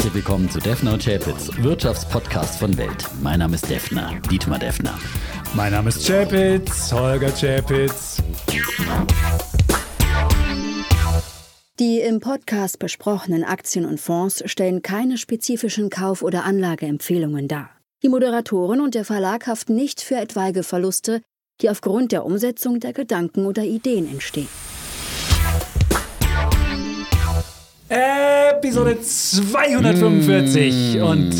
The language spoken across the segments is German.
Herzlich willkommen zu Defner und Chapitz, Wirtschaftspodcast von Welt. Mein Name ist Defner, Dietmar Defner. Mein Name ist Chapitz, Holger Chapitz. Die im Podcast besprochenen Aktien und Fonds stellen keine spezifischen Kauf- oder Anlageempfehlungen dar. Die Moderatoren und der Verlag haften nicht für etwaige Verluste, die aufgrund der Umsetzung der Gedanken oder Ideen entstehen. Episode 245 und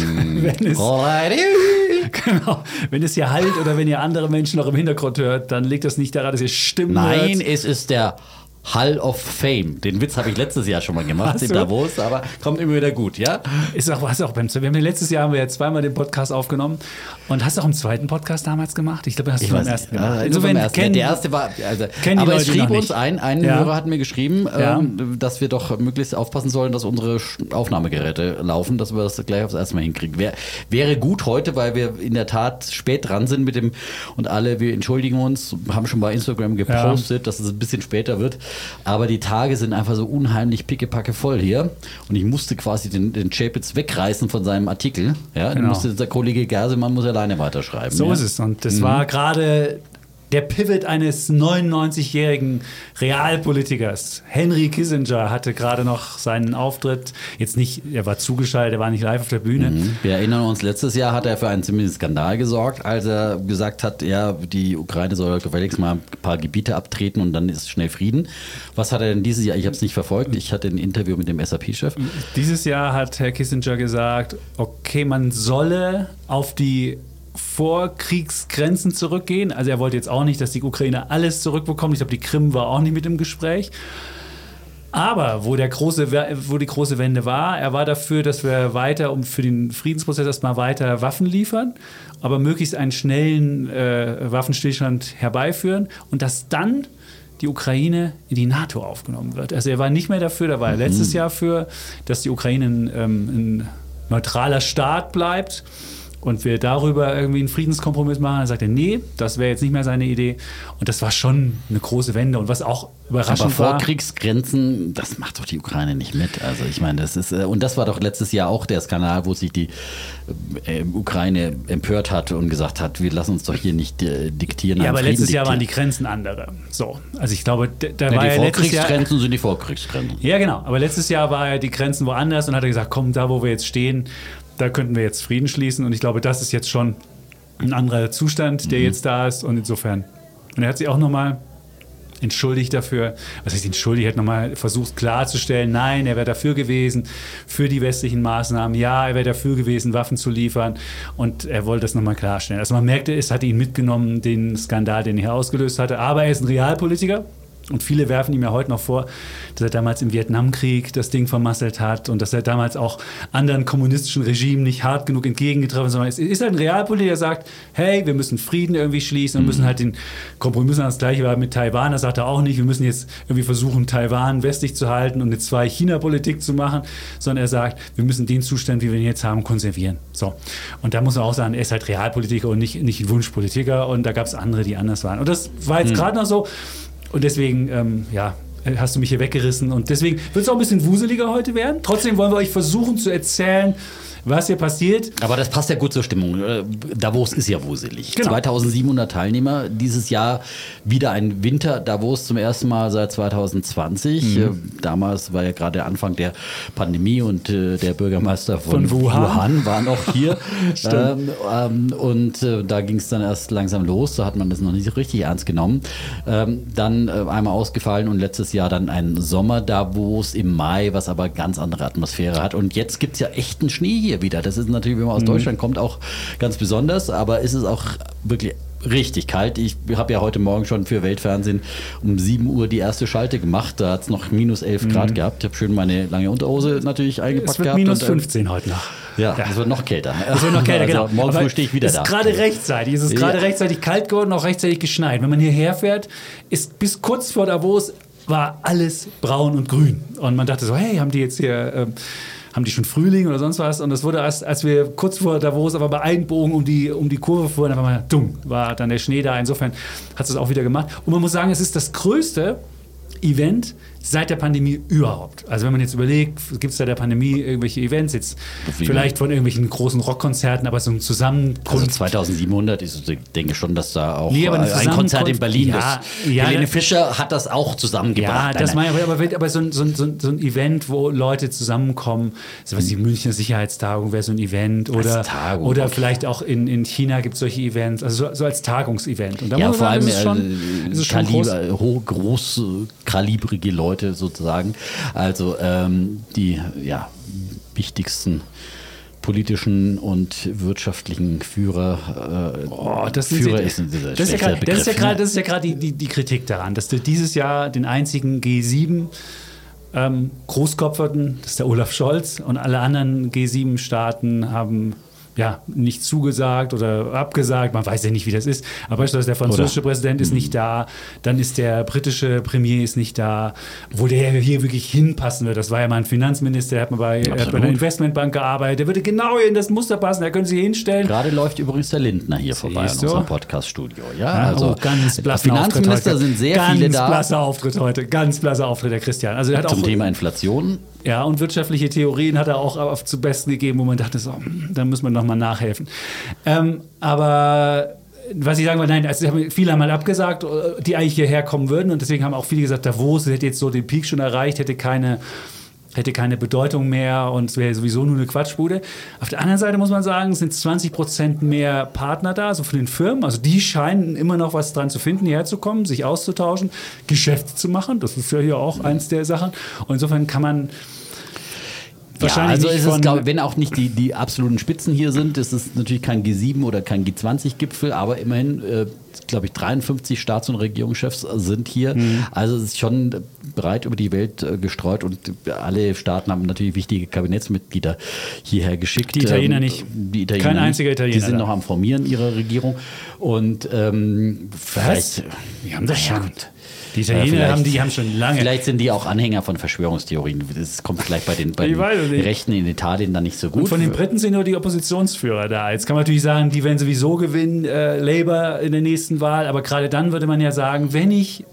wenn es hier halt oder wenn ihr andere Menschen noch im Hintergrund hört, dann liegt das nicht daran, dass ihr Stimmen hört. Nein, es ist der Hall of Fame. Den Witz habe ich letztes Jahr schon mal gemacht in Davos, aber kommt immer wieder gut, ja? Wir haben letztes Jahr haben wir ja zweimal den Podcast aufgenommen und hast du auch einen zweiten Podcast damals gemacht? Ich glaube, hast du beim ersten gemacht. Der erste war, aber es schrieb uns ein Hörer hat mir geschrieben, dass wir doch möglichst aufpassen sollen, dass unsere Aufnahmegeräte laufen, dass wir das gleich aufs erste Mal hinkriegen. Wäre gut heute, weil wir in der Tat spät dran sind mit dem und wir entschuldigen uns, haben schon bei Instagram gepostet, dass es ein bisschen später wird. Aber die Tage sind einfach so unheimlich pickepacke voll hier. Und ich musste quasi den Chapitz wegreißen von seinem Artikel. Ja, genau. Der Kollege Gersemann muss alleine weiterschreiben. So ist es. Und das war gerade der Pivot eines 99-jährigen Realpolitikers. Henry Kissinger hatte gerade noch seinen Auftritt. Jetzt nicht, er war zugeschaltet, er war nicht live auf der Bühne. Wir erinnern uns, letztes Jahr hat er für einen ziemlichen Skandal gesorgt, als er gesagt hat, ja, die Ukraine soll gefälligst mal ein paar Gebiete abtreten und dann ist schnell Frieden. Was hat er denn dieses Jahr? Ich habe es nicht verfolgt. Ich hatte ein Interview mit dem SAP-Chef. Dieses Jahr hat Herr Kissinger gesagt, okay, man solle auf die Vorkriegsgrenzen zurückgehen. Also er wollte jetzt auch nicht, dass die Ukraine alles zurückbekommt. Ich glaube, die Krim war auch nicht mit im Gespräch. Aber wo die große Wende war, er war dafür, dass wir weiter, für den Friedensprozess erstmal weiter Waffen liefern, aber möglichst einen schnellen Waffenstillstand herbeiführen und dass dann die Ukraine in die NATO aufgenommen wird. Also er war nicht mehr dafür, da war er letztes Jahr für, dass die Ukraine ein neutraler Staat bleibt und wir darüber irgendwie einen Friedenskompromiss machen. Dann sagt er, nee, das wäre jetzt nicht mehr seine Idee. Und das war schon eine große Wende. Und was auch überraschend war... Aber Vorkriegsgrenzen, das macht doch die Ukraine nicht mit. Also ich meine, das ist... Und das war doch letztes Jahr auch der Skandal, wo sich die Ukraine empört hat und gesagt hat, wir lassen uns doch hier nicht diktieren. Ja, aber letztes Jahr waren die Grenzen andere. So, also ich glaube, da war ja letztes Jahr... Die Vorkriegsgrenzen sind die Vorkriegsgrenzen. Ja, genau. Aber letztes Jahr war ja die Grenzen woanders und hat er gesagt, komm, da wo wir jetzt stehen, da könnten wir jetzt Frieden schließen. Und ich glaube, das ist jetzt schon ein anderer Zustand, der jetzt da ist. Und insofern. Und er hat sich auch nochmal entschuldigt dafür. Was heißt entschuldigt? Er hat nochmal versucht klarzustellen, nein, er wäre dafür gewesen, für die westlichen Maßnahmen. Ja, er wäre dafür gewesen, Waffen zu liefern. Und er wollte das nochmal klarstellen. Also man merkte, es hatte ihn mitgenommen, den Skandal, den er ausgelöst hatte. Aber er ist ein Realpolitiker. Und viele werfen ihm ja heute noch vor, dass er damals im Vietnamkrieg das Ding vermasselt hat und dass er damals auch anderen kommunistischen Regimen nicht hart genug entgegengetroffen ist, sondern es ist halt ein Realpolitiker, der sagt, hey, wir müssen Frieden irgendwie schließen und müssen halt den Kompromiss, das gleiche war mit Taiwan, das sagt er auch nicht, wir müssen jetzt irgendwie versuchen, Taiwan westlich zu halten und eine Zwei-China-Politik zu machen, sondern er sagt, wir müssen den Zustand, wie wir ihn jetzt haben, konservieren. So. Und da muss man auch sagen, er ist halt Realpolitiker und nicht Wunschpolitiker und da gab es andere, die anders waren. Und das war jetzt gerade noch so. Und deswegen, hast du mich hier weggerissen. Und deswegen wird es auch ein bisschen wuseliger heute werden. Trotzdem wollen wir euch versuchen zu erzählen, was hier passiert. Aber das passt ja gut zur Stimmung. Davos ist ja wuselig. Genau. 2700 Teilnehmer. Dieses Jahr wieder ein Winter Davos zum ersten Mal seit 2020. Damals war ja gerade der Anfang der Pandemie und der Bürgermeister von Wuhan war noch hier. Da ging es dann erst langsam los. Da hat man das noch nicht so richtig ernst genommen. Dann einmal ausgefallen und letztes Jahr dann ein Sommer Davos im Mai, was aber ganz andere Atmosphäre hat. Und jetzt gibt es ja echten Schnee hier wieder. Das ist natürlich, wenn man aus Deutschland kommt, auch ganz besonders, aber ist es auch wirklich richtig kalt. Ich habe ja heute Morgen schon für Weltfernsehen um 7 Uhr die erste Schalte gemacht. Da hat es noch minus 11 Grad gehabt. Ich habe schön meine lange Unterhose natürlich eingepackt gehabt. Es wird minus 15 heute noch. Ja, es wird noch kälter. Es wird noch kälter, genau. Also morgen früh stehe ich wieder da. Es ist gerade rechtzeitig kalt geworden, auch rechtzeitig geschneit. Wenn man hierher fährt, ist bis kurz vor Davos war alles braun und grün. Und man dachte so, hey, haben die jetzt hier... haben die schon Frühling oder sonst was? Und das wurde erst, als wir kurz vor Davos aber bei einem Bogen um die Kurve fuhren, einfach mal dumm, war dann der Schnee da. Insofern hat es das auch wieder gemacht. Und man muss sagen, es ist das größte Event seit der Pandemie überhaupt. Also wenn man jetzt überlegt, gibt es seit der Pandemie irgendwelche Events, jetzt vielleicht von irgendwelchen großen Rockkonzerten, aber so ein Zusammenkunft. Also 2700, ich denke schon, dass da auch ein Konzert in Berlin ist. Helene Fischer hat das auch zusammengebracht. Ja, das meine ich, aber so ein Event, wo Leute zusammenkommen, so was die Münchner Sicherheitstagung wäre so ein Event oder vielleicht auch in China gibt es solche Events, also so als Tagungsevent. Und da ja, vor allem großkalibrige Leute sozusagen, also die wichtigsten politischen und wirtschaftlichen Führer. Das ist ja gerade die Kritik daran, dass du dieses Jahr den einzigen G7 Großkopf hatten, das ist der Olaf Scholz, und alle anderen G7-Staaten haben nicht zugesagt oder abgesagt, man weiß ja nicht, wie das ist, aber beispielsweise der französische Präsident ist nicht da, dann ist der britische Premier ist nicht da, wo der hier wirklich hinpassen wird. Das war ja mal ein Finanzminister, der hat bei einer Investmentbank gearbeitet, der würde genau in das Muster passen, da können Sie hinstellen. Gerade läuft übrigens der Lindner hier vorbei in unserem Podcast-Studio. Ganz blasser Finanzminister sind sehr viele da. Ganz blasser Auftritt heute, ganz blasser Auftritt der Christian. Also er hat zum Thema Inflation. Ja, und wirtschaftliche Theorien hat er auch zu Besten gegeben, wo man dachte, so, da müssen wir nochmal nachhelfen. Aber was ich sagen wollte, nein, also viele haben mal abgesagt, die eigentlich hierher kommen würden, und deswegen haben auch viele gesagt, Davos hätte jetzt so den Peak schon erreicht, hätte keine Bedeutung mehr und es wäre sowieso nur eine Quatschbude. Auf der anderen Seite muss man sagen, es sind 20% mehr Partner da, also von den Firmen. Also die scheinen immer noch was dran zu finden, hierher zu kommen, sich auszutauschen, Geschäfte zu machen. Das ist ja hier auch eins der Sachen. Und insofern kann man wahrscheinlich wenn auch nicht die absoluten Spitzen hier sind, ist es natürlich kein G7 oder kein G20-Gipfel, aber immerhin, glaube ich, 53 Staats- und Regierungschefs sind hier. Also es ist schon breit über die Welt gestreut und alle Staaten haben natürlich wichtige Kabinettsmitglieder hierher geschickt. Die Italiener nicht. Kein einziger Italiener. Die sind noch am Formieren ihrer Regierung und vielleicht... Wir haben das schon. Die Italiener haben schon lange. Vielleicht sind die auch Anhänger von Verschwörungstheorien. Das kommt vielleicht bei den Rechten in Italien dann nicht so gut. Und von den Briten sind nur die Oppositionsführer da. Jetzt kann man natürlich sagen, die werden sowieso gewinnen, Labour in der nächsten Wahl. Aber gerade dann würde man ja sagen, wenn ich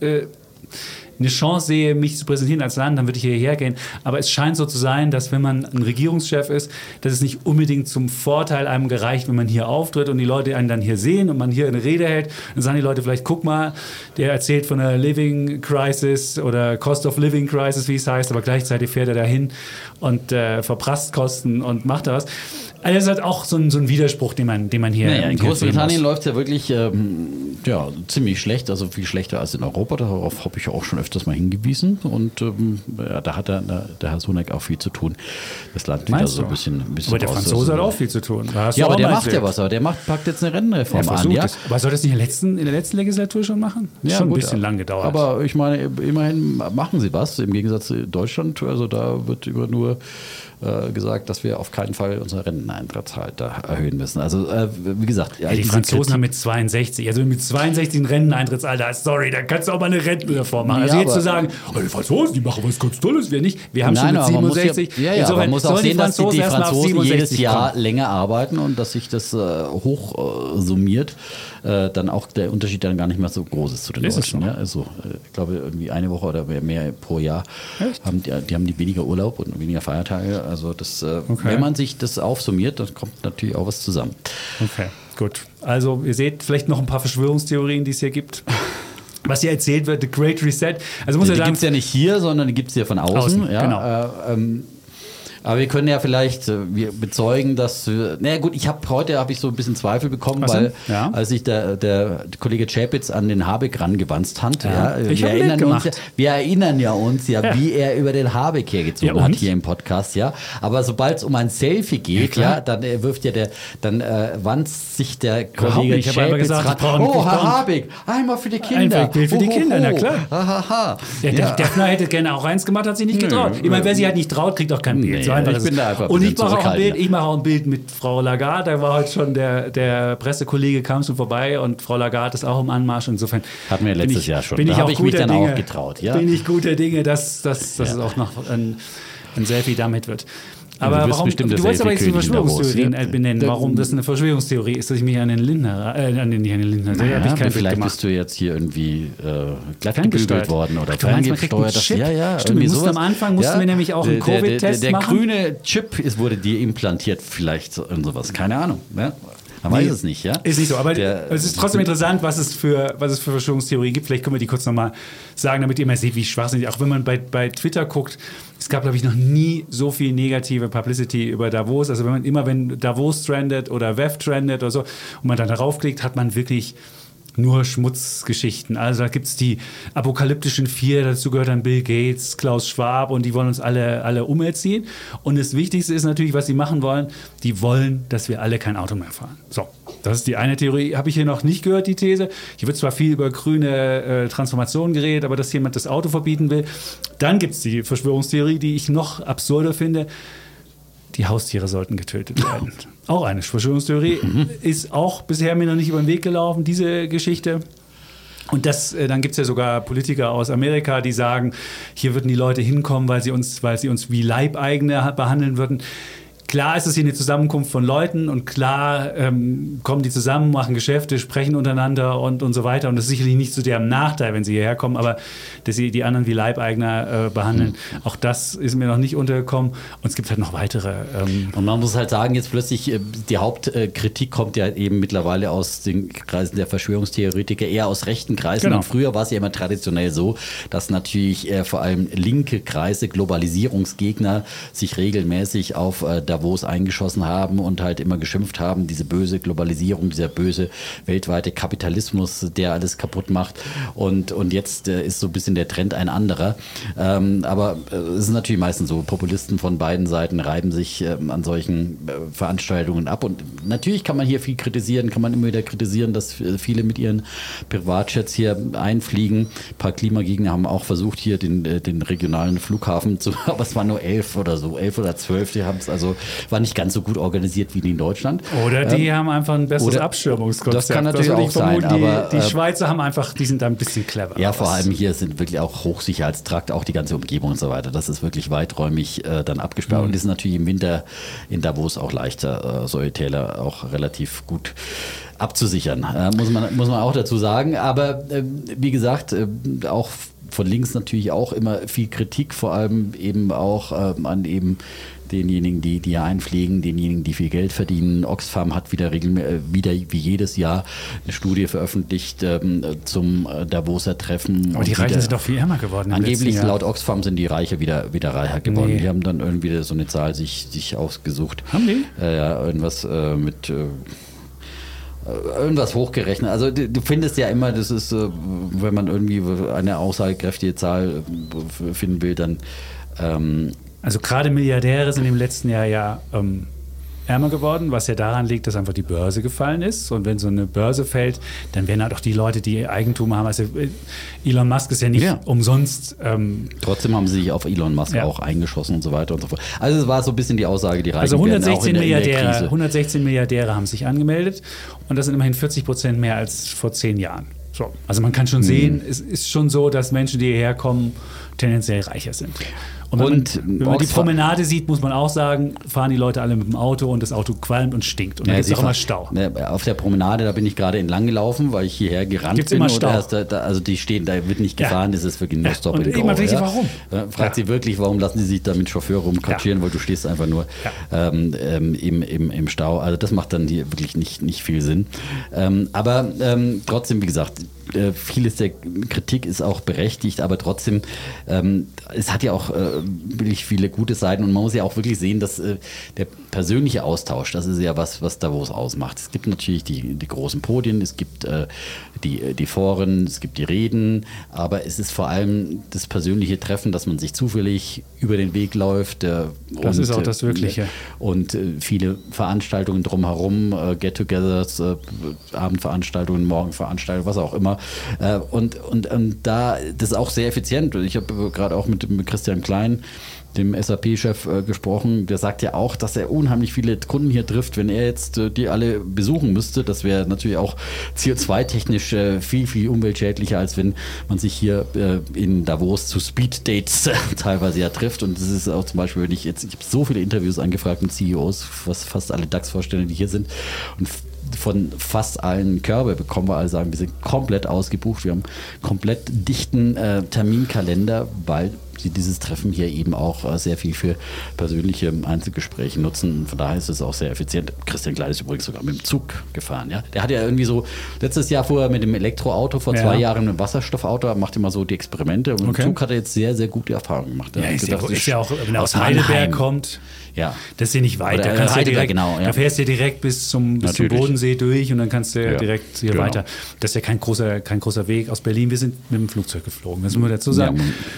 eine Chance sehe, mich zu präsentieren als Land, dann würde ich hierher gehen. Aber es scheint so zu sein, dass wenn man ein Regierungschef ist, dass es nicht unbedingt zum Vorteil einem gereicht, wenn man hier auftritt und die Leute einen dann hier sehen und man hier eine Rede hält. Dann sagen die Leute vielleicht, guck mal, der erzählt von einer Living Crisis oder Cost of Living Crisis, wie es heißt, aber gleichzeitig fährt er dahin und verprasst Kosten und macht da was. Also das ist halt auch so ein Widerspruch, den man hier in Großbritannien läuft es ja wirklich ziemlich schlecht, also viel schlechter als in Europa. Darauf habe ich auch schon öfters mal hingewiesen. Und da hat der Herr Sunak auch viel zu tun. Das Land wieder so ein bisschen aber der Franzose hat auch viel zu tun. Ja, aber der macht ja was. Aber der packt jetzt eine Rentenreform an. Ja? Aber soll das nicht in der letzten Legislatur schon machen? Ja, schon ein bisschen lang gedauert. Aber ich meine, immerhin machen sie was. Im Gegensatz zu Deutschland. Also da wird über nur gesagt, dass wir auf keinen Fall unsere Renteneintrittsalter erhöhen müssen. Also wie gesagt, die Franzosen haben mit 62, also mit 62 ein Renteneintrittsalter, sorry, da kannst du auch mal eine Rentenreform machen. Also jetzt zu sagen, die Franzosen, die machen was ganz Tolles, wir nicht. Wir haben schon mit 67. Man muss auch sehen, dass die Franzosen jedes Jahr länger arbeiten und dass sich das hochsummiert, dann auch der Unterschied dann gar nicht mehr so groß ist zu den Deutschen. Ja? Also ich glaube, irgendwie eine Woche oder mehr pro Jahr haben die weniger Urlaub und weniger Feiertage. Also wenn man sich das aufsummiert, dann kommt natürlich auch was zusammen. Okay, gut. Also ihr seht vielleicht noch ein paar Verschwörungstheorien, die es hier gibt. Was hier erzählt wird, The Great Reset. Also muss die gibt es ja nicht hier, sondern die gibt es hier von außen. Ja? Genau. Aber wir können ja vielleicht bezeugen, dass heute habe ich so ein bisschen Zweifel bekommen, weil als sich der Kollege Chapitz an den Habeck rangewanzt hat, wir erinnern uns, wie er über den Habeck hergezogen hat hier im Podcast, ja. Aber sobald es um ein Selfie geht, dann wanzt sich der Kollege Chapitz ran. Herr Habeck, einmal für die Kinder. Ein Bild für die Kinder, na klar. Der Defner hätte gerne auch eins gemacht, hat sich nicht getraut. Ich meine, wer sich halt nicht traut, kriegt auch kein Bild. Ich bin da einfach und ich mache auch ein Bild mit Frau Lagarde. Da war heute schon der Pressekollege kam schon vorbei und Frau Lagarde ist auch im Anmarsch. Insofern hatten wir letztes Jahr schon. Da habe ich mich dann auch getraut. Ja? Bin ich guter Dinge, dass es auch noch ein Selfie damit wird. Aber warum, du wolltest aber jetzt die Verschwörungstheorien benennen, warum das eine Verschwörungstheorie ist, dass ich mich an den Lindner, vielleicht bist du jetzt hier irgendwie glattgebügelt worden oder ferngesteuert. Stimmt, am Anfang mussten wir nämlich auch einen Covid-Test machen. Der grüne Chip wurde dir implantiert, vielleicht und sowas, keine Ahnung. Ja? Man weiß es nicht, ja? Ist nicht so, aber es ist trotzdem interessant, was es für Verschwörungstheorien gibt. Vielleicht können wir die kurz nochmal sagen, damit ihr mal seht, wie schwachsinnig. Auch wenn man bei Twitter guckt, es gab, glaube ich, noch nie so viel negative Publicity über Davos. Also wenn Davos trendet oder WEF trendet oder so und man dann darauf klickt, hat man wirklich nur Schmutzgeschichten. Also da gibt es die apokalyptischen 4, dazu gehört dann Bill Gates, Klaus Schwab und die wollen uns alle umerziehen. Und das Wichtigste ist natürlich, was sie machen wollen, die wollen, dass wir alle kein Auto mehr fahren. So, das ist die eine Theorie, habe ich hier noch nicht gehört, die These. Hier wird zwar viel über grüne Transformation geredet, aber dass jemand das Auto verbieten will. Dann gibt es die Verschwörungstheorie, die ich noch absurder finde, die Haustiere sollten getötet werden. Auch eine Verschwörungstheorie. Ist auch bisher mir noch nicht über den Weg gelaufen, diese Geschichte. Und dann gibt es ja sogar Politiker aus Amerika, die sagen, hier würden die Leute hinkommen, weil sie uns wie Leibeigene behandeln würden. Klar ist es hier eine Zusammenkunft von Leuten und klar kommen die zusammen, machen Geschäfte, sprechen untereinander und so weiter. Und das ist sicherlich nicht zu deren Nachteil, wenn sie hierher kommen, aber dass sie die anderen wie Leibeigner behandeln, auch das ist mir noch nicht untergekommen. Und es gibt halt noch weitere. Und man muss halt sagen, jetzt plötzlich, die Hauptkritik kommt ja eben mittlerweile aus den Kreisen der Verschwörungstheoretiker, eher aus rechten Kreisen. Genau. Und früher war es ja immer traditionell so, dass natürlich vor allem linke Kreise, Globalisierungsgegner, sich regelmäßig auf Davos eingeschossen haben und halt immer geschimpft haben, diese böse Globalisierung, dieser böse weltweite Kapitalismus, der alles kaputt macht. Und jetzt ist so ein bisschen der Trend ein anderer. Aber es ist natürlich meistens so, Populisten von beiden Seiten reiben sich an solchen Veranstaltungen ab. Und natürlich kann man hier viel kritisieren, kann man immer wieder kritisieren, dass viele mit ihren Privatjets hier einfliegen. Ein paar Klimagegner haben auch versucht, hier den regionalen Flughafen zu, aber es waren nur 11 oder 12, die haben es also war nicht ganz so gut organisiert wie in Deutschland. Oder die haben einfach ein besseres Abschirmungskonzept. Das kann natürlich auch sein. Aber die Schweizer die sind da ein bisschen clever. Ja, vor allem hier sind wirklich auch Hochsicherheitstrakt, auch die ganze Umgebung und so weiter. Das ist wirklich weiträumig dann abgesperrt. Und ist natürlich im Winter in Davos auch leichter, solche Täler auch relativ gut abzusichern. Muss man auch dazu sagen. Aber wie gesagt, auch von links natürlich auch immer viel Kritik, vor allem eben auch an eben denjenigen, die hier einfliegen, denjenigen, die viel Geld verdienen. Oxfam hat wieder wie jedes Jahr eine Studie veröffentlicht zum Davoser Treffen. Aber die Reichen sind doch viel ärmer geworden. Angeblich laut Oxfam sind die Reiche wieder reicher geworden. Nee. Die haben dann irgendwie so eine Zahl sich ausgesucht. Haben die? Ja, irgendwas mit irgendwas hochgerechnet. Also du findest ja immer, das ist, wenn man irgendwie eine aussagekräftige Zahl finden will, dann also gerade Milliardäre sind im letzten Jahr ja ärmer geworden, was ja daran liegt, dass einfach die Börse gefallen ist. Und wenn so eine Börse fällt, dann werden halt auch die Leute, die Eigentum haben. Also Elon Musk ist ja nicht umsonst. Trotzdem haben sie sich auf Elon Musk auch eingeschossen und so weiter und so fort. Also es war so ein bisschen die Aussage, die Reichen werden auch in der Krise. 116 Milliardäre haben sich angemeldet und das sind immerhin 40% mehr als vor 10 Jahren. So. Also man kann schon sehen, es ist schon so, dass Menschen, die hierher kommen, tendenziell reicher sind. Und wenn man die Promenade sieht, muss man auch sagen, fahren die Leute alle mit dem Auto und das Auto qualmt und stinkt. Und da gibt es auch immer Stau. Auf der Promenade, da bin ich gerade entlang gelaufen, weil ich hierher gerannt gibt's bin. Immer Stau. Also die stehen, da wird nicht gefahren, das ist wirklich nur Stop and Go. Und warum? Fragt sie wirklich, warum lassen sie sich da mit Chauffeur rumkatschieren, weil du stehst einfach nur im Stau. Also das macht dann hier wirklich nicht viel Sinn. Aber trotzdem, wie gesagt, vieles der Kritik ist auch berechtigt, aber trotzdem, es hat ja auch wirklich viele gute Seiten und man muss ja auch wirklich sehen, dass der persönliche Austausch, das ist ja was Davos ausmacht. Es gibt natürlich die großen Podien, es gibt die Foren, es gibt die Reden, aber es ist vor allem das persönliche Treffen, dass man sich zufällig über den Weg läuft. Das ist auch das Wirkliche. Und viele Veranstaltungen drumherum, Get-togethers, Abendveranstaltungen, Morgenveranstaltungen, was auch immer. genau. Und da, das ist auch sehr effizient. Ich habe gerade auch mit Christian Klein, dem SAP-Chef, gesprochen. Der sagt ja auch, dass er unheimlich viele Kunden hier trifft. Wenn er jetzt die alle besuchen müsste, das wäre natürlich auch CO2-technisch viel, viel umweltschädlicher, als wenn man sich hier in Davos zu Speed-Dates teilweise ja trifft. Und das ist auch zum Beispiel, ich habe so viele Interviews angefragt mit CEOs, fast alle DAX-Vorstände, die hier sind. Und von fast allen Körbe bekommen wir alle sagen, wir sind komplett ausgebucht. Wir haben komplett dichten Terminkalender, weil sie dieses Treffen hier eben auch sehr viel für persönliche Einzelgespräche nutzen. Von daher ist es auch sehr effizient. Christian Klein ist übrigens sogar mit dem Zug gefahren. Ja? Der hat ja irgendwie so letztes Jahr vorher mit dem Elektroauto, vor 2 Jahren mit dem Wasserstoffauto, macht immer so die Experimente. Und im Zug hat er jetzt sehr, sehr gute Erfahrungen gemacht. Ja, ist ja auch, wenn er aus Heidelberg kommt, ja. Das ist ja nicht weit. Da fährst du direkt bis zum Bodensee durch und dann kannst du direkt hier weiter. Das ist ja kein großer Weg aus Berlin. Wir sind mit dem Flugzeug geflogen, das muss man dazu sagen.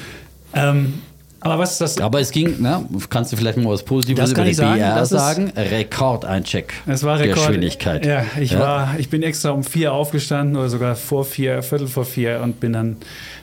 Aber was ist das? Aber es ging, kannst du vielleicht mal was Positives über die BR sagen? Rekordeincheck. Es war Geschwindigkeit. Ja, ich bin extra um 4 aufgestanden oder sogar vor 4, Viertel vor 4 und bin dann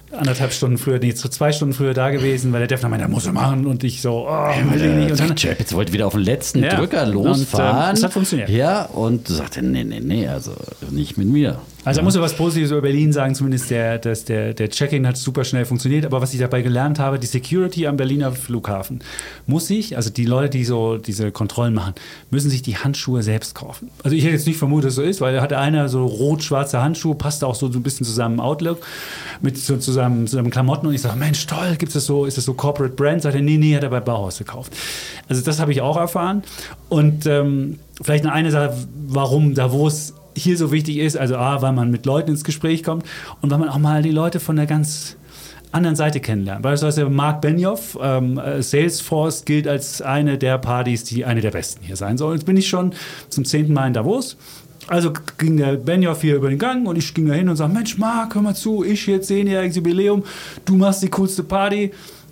2 Stunden früher da gewesen, weil der Defner meinte, er muss er machen und ich so, will ich nicht. Und dann Chapitz wollte wieder auf den letzten Drücker losfahren. Und das hat funktioniert. Ja, und sagte, nee, also nicht mit mir. Also da muss ich was Positives über Berlin sagen, zumindest der Check-in hat super schnell funktioniert, aber was ich dabei gelernt habe, die Security am Berliner Flughafen also die Leute, die so diese Kontrollen machen, müssen sich die Handschuhe selbst kaufen. Also ich hätte jetzt nicht vermutet, dass es so ist, weil da hatte einer so rot-schwarze Handschuhe, passte auch so ein bisschen zu seinem Outlook, zu seinem Klamotten und ich sage, Mensch, toll, ist das so Corporate Brand? Sagt er, nee, hat er bei Bauhaus gekauft. Also das habe ich auch erfahren und vielleicht eine Sache, warum Davos hier so wichtig ist, also weil man mit Leuten ins Gespräch kommt und weil man auch mal die Leute von der ganz anderen Seite kennenlernt. Beispielsweise Mark Benioff, Salesforce gilt als eine der Partys, die eine der besten hier sein soll. Jetzt bin ich schon zum 10. Mal in Davos. Also ging der Benioff hier über den Gang und ich ging da hin und sage, Mensch Mark, hör mal zu, ich jetzt 10-jähriges Jubiläum, du machst die coolste Party,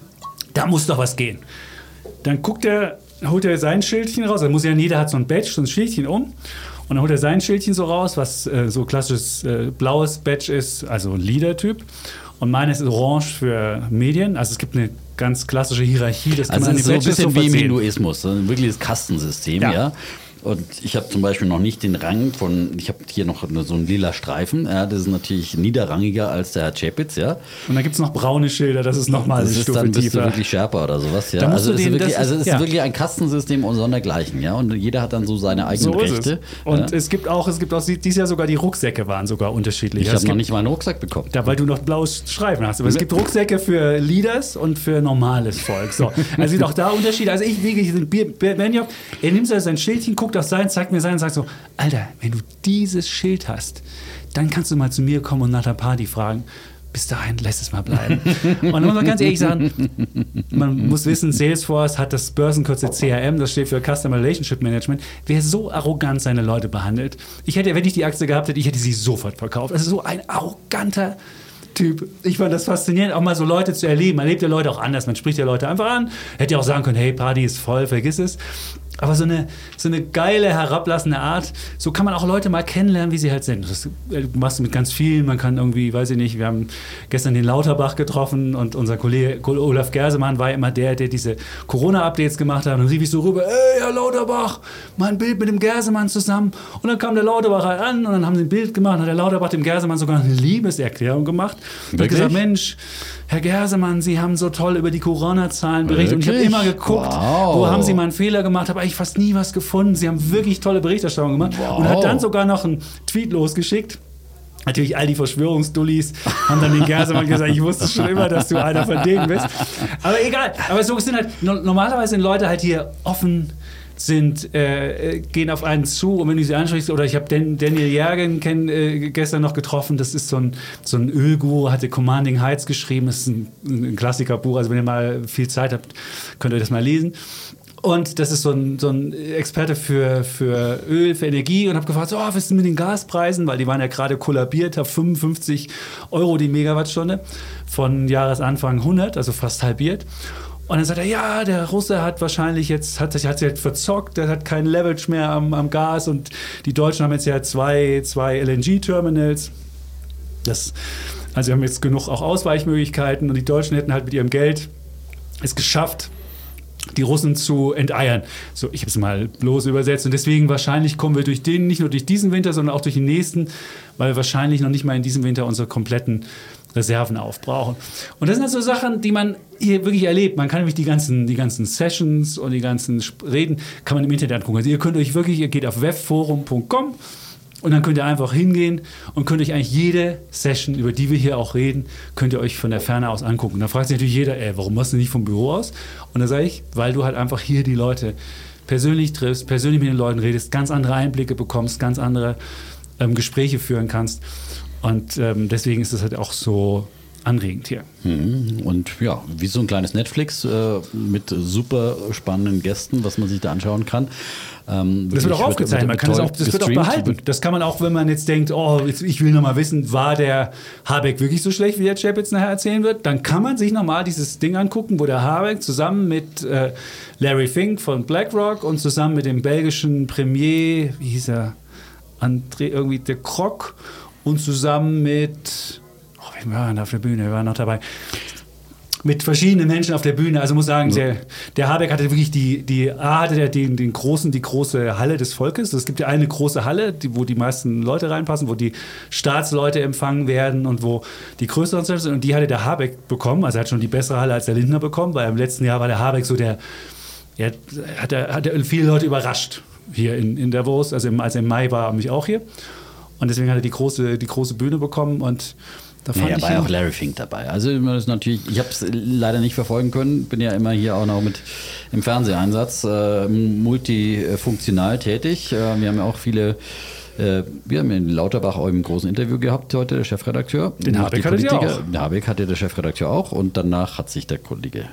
da muss doch was gehen. Dann holt er sein Schildchen raus, jeder hat so ein Badge, so ein Schildchen um. Und dann holt er sein Schildchen so raus, was so klassisches blaues Badge ist, also Leader-Typ. Und meines ist orange für Medien. Also es gibt eine ganz klassische Hierarchie. Das kann man so ein bisschen wie im Hinduismus, ein wirkliches Kastensystem, ja. Und ich habe zum Beispiel noch nicht den Rang ich habe hier noch so einen lila Streifen, das ist natürlich niederrangiger als der Herr Chapitz, ja. Und dann gibt es noch braune Schilder, das ist nochmal eine Stufe dann bist tiefer. Du wirklich schärper oder sowas, ja. Also es ist wirklich ein Kastensystem und sondergleichen, ja. Und jeder hat dann so seine eigenen Rechte. Und es gibt auch dieses Jahr sogar die Rucksäcke waren sogar unterschiedlich. Ich habe noch nicht mal einen Rucksack bekommen. Ja, weil du noch blaues Streifen hast. Aber es gibt Rucksäcke für Leaders und für normales Volk. So. Also sieht auch da Unterschiede. Also ich Benioff, er nimmt sein Schildchen, guckt auf sein, zeigt mir sein und sagt so, Alter, wenn du dieses Schild hast, dann kannst du mal zu mir kommen und nach der Party fragen. Bis dahin lässt es mal bleiben. Und dann muss man ganz ehrlich sagen, man muss wissen, Salesforce hat das Börsenkürzel CRM, das steht für Customer Relationship Management. Wer so arrogant seine Leute behandelt, wenn ich die Aktie gehabt hätte, ich hätte sie sofort verkauft. Also so ein arroganter Typ. Ich fand das faszinierend, auch mal so Leute zu erleben. Man lebt ja Leute auch anders, man spricht ja Leute einfach an. Hätte ja auch sagen können, hey, Party ist voll, vergiss es. Aber so eine geile, herablassende Art, so kann man auch Leute mal kennenlernen, wie sie halt sind. Das machst du mit ganz vielen, man kann irgendwie, weiß ich nicht, wir haben gestern den Lauterbach getroffen und unser Kollege Olaf Gersemann war immer der diese Corona-Updates gemacht hat und dann rief ich so rüber, ey, Herr Lauterbach, mein Bild mit dem Gersemann zusammen. Und dann kam der Lauterbach halt an und dann haben sie ein Bild gemacht und hat der Lauterbach dem Gersemann sogar eine Liebeserklärung gemacht. Und hat gesagt, Mensch, Herr Gersemann, Sie haben so toll über die Corona-Zahlen berichtet. Und ich habe immer geguckt, wo haben Sie mal einen Fehler gemacht, habe eigentlich fast nie was gefunden. Sie haben wirklich tolle Berichterstattung gemacht. Und hat dann sogar noch einen Tweet losgeschickt. Natürlich all die Verschwörungsdullis haben dann den Gersemann gesagt, ich wusste schon immer, dass du einer von denen bist. Aber egal. Aber so sind halt, normalerweise sind Leute halt hier offen, gehen auf einen zu und wenn du sie ansprichst, oder ich habe Daniel Yergin gestern noch getroffen, das ist so ein Ölguru, hatte Commanding Heights geschrieben, das ist ein Klassikerbuch, also wenn ihr mal viel Zeit habt, könnt ihr das mal lesen. Und das ist so ein Experte für Öl, für Energie und habe gefragt, so, was ist denn mit den Gaspreisen, weil die waren ja gerade kollabiert, auf 55 € die Megawattstunde, von Jahresanfang 100, also fast halbiert. Und dann sagt er, ja, der Russe hat wahrscheinlich hat sich halt verzockt, der hat kein Leverage mehr am Gas und die Deutschen haben jetzt ja zwei LNG-Terminals. Also wir haben jetzt genug auch Ausweichmöglichkeiten und die Deutschen hätten halt mit ihrem Geld es geschafft, die Russen zu enteiern. So, ich habe es mal bloß übersetzt. Und deswegen wahrscheinlich kommen wir nicht nur durch diesen Winter, sondern auch durch den nächsten, weil wir wahrscheinlich noch nicht mal in diesem Winter unsere kompletten Reserven aufbrauchen. Und das sind halt so Sachen, die man hier wirklich erlebt. Man kann nämlich die ganzen Sessions und die ganzen Reden kann man im Internet angucken. Also ihr geht auf webforum.com und dann könnt ihr einfach hingehen und könnt euch eigentlich jede Session, über die wir hier auch reden, könnt ihr euch von der Ferne aus angucken. Und da fragt sich natürlich jeder, warum machst du nicht vom Büro aus? Und da sage ich, weil du halt einfach hier die Leute persönlich triffst, persönlich mit den Leuten redest, ganz andere Einblicke bekommst, ganz andere Gespräche führen kannst. Und deswegen ist das halt auch so anregend hier. Und ja, wie so ein kleines Netflix mit super spannenden Gästen, was man sich da anschauen kann. Das wird auch aufgezeichnet, das wird auch behalten. Das kann man auch, wenn man jetzt denkt, ich will noch mal wissen, war der Habeck wirklich so schlecht, wie der Chapitz nachher erzählen wird, dann kann man sich nochmal dieses Ding angucken, wo der Habeck zusammen mit Larry Fink von BlackRock und zusammen mit dem belgischen Premier, wie hieß er, André, irgendwie de Croc, und zusammen mit, wir waren auf der Bühne, wir waren noch dabei, mit verschiedenen Menschen auf der Bühne. Also muss sagen, der Habeck hatte wirklich die große Halle des Volkes. Es gibt ja eine große Halle, wo die meisten Leute reinpassen, wo die Staatsleute empfangen werden und wo die größeren sind. Und die hatte der Habeck bekommen. Also er hat schon die bessere Halle als der Lindner bekommen, weil im letzten Jahr war der Habeck so hat viele Leute überrascht hier in Davos. Also als er im Mai war, mich auch hier. Und deswegen hat er die große Bühne bekommen und da war ja auch Larry Fink dabei. Also das ist natürlich, ich habe es leider nicht verfolgen können, bin ja immer hier auch noch mit im Fernseheinsatz multifunktional tätig. Wir haben ja auch wir haben in Lauterbach auch im großen Interview gehabt heute, der Chefredakteur. Den Habeck hatte der auch. Den Habeck hatte der Chefredakteur auch und danach hat sich der Kollege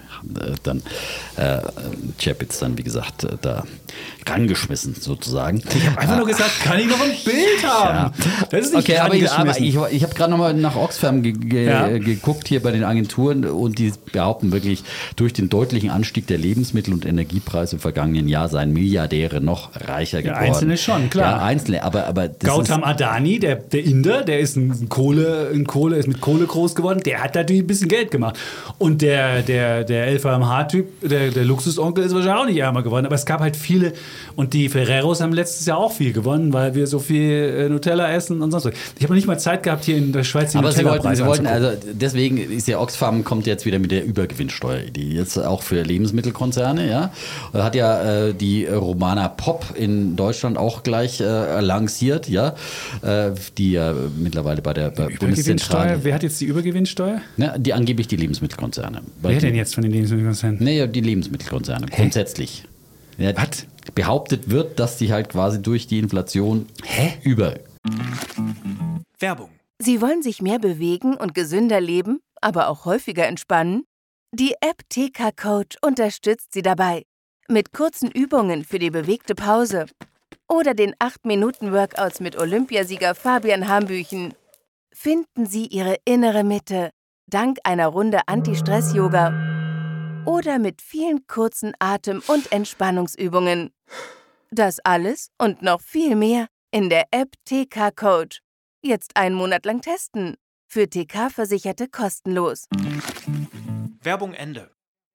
Chapitz dann, wie gesagt, da rangeschmissen sozusagen. Ich habe einfach nur gesagt, kann ich noch ein Bild haben? Ja. Das ist nicht aber ich habe gerade nochmal nach Oxfam geguckt hier bei den Agenturen und die behaupten wirklich, durch den deutlichen Anstieg der Lebensmittel- und Energiepreise im vergangenen Jahr seien Milliardäre noch reicher geworden. Ja, Einzelne schon, klar. Ja, Einzelne, aber Gautam Adani, der Inder, der ist mit Kohle groß geworden, der hat natürlich ein bisschen Geld gemacht. Und der LVMH-Typ, der Luxusonkel, ist wahrscheinlich auch nicht ärmer geworden. Aber es gab halt viele, und die Ferreros haben letztes Jahr auch viel gewonnen, weil wir so viel Nutella essen und sonst was. Ich habe noch nicht mal Zeit gehabt, hier in der Schweiz die Nutella-Preise anzugucken. Also deswegen ist ja Oxfam kommt jetzt wieder mit der Übergewinnsteuer, die jetzt auch für Lebensmittelkonzerne, ja. Hat ja die Romana Popp in Deutschland auch gleich lanciert, ja, die ja mittlerweile bei der Bundeszentrale. Wer hat jetzt die Übergewinnsteuer? Ja, die angeblich die Lebensmittelkonzerne. Wer denn jetzt von den Lebensmittelkonzernen? Naja, die Lebensmittelkonzerne, grundsätzlich. Ja, was? Behauptet wird, dass die halt quasi durch die Inflation Werbung. Sie wollen sich mehr bewegen und gesünder leben, aber auch häufiger entspannen? Die App TK Coach unterstützt Sie dabei. Mit kurzen Übungen für die bewegte Pause. Oder den 8-Minuten-Workouts mit Olympiasieger Fabian Hambüchen. Finden Sie Ihre innere Mitte dank einer Runde Anti-Stress-Yoga oder mit vielen kurzen Atem- und Entspannungsübungen. Das alles und noch viel mehr in der App TK Coach. Jetzt einen Monat lang testen. Für TK-Versicherte kostenlos. Werbung Ende.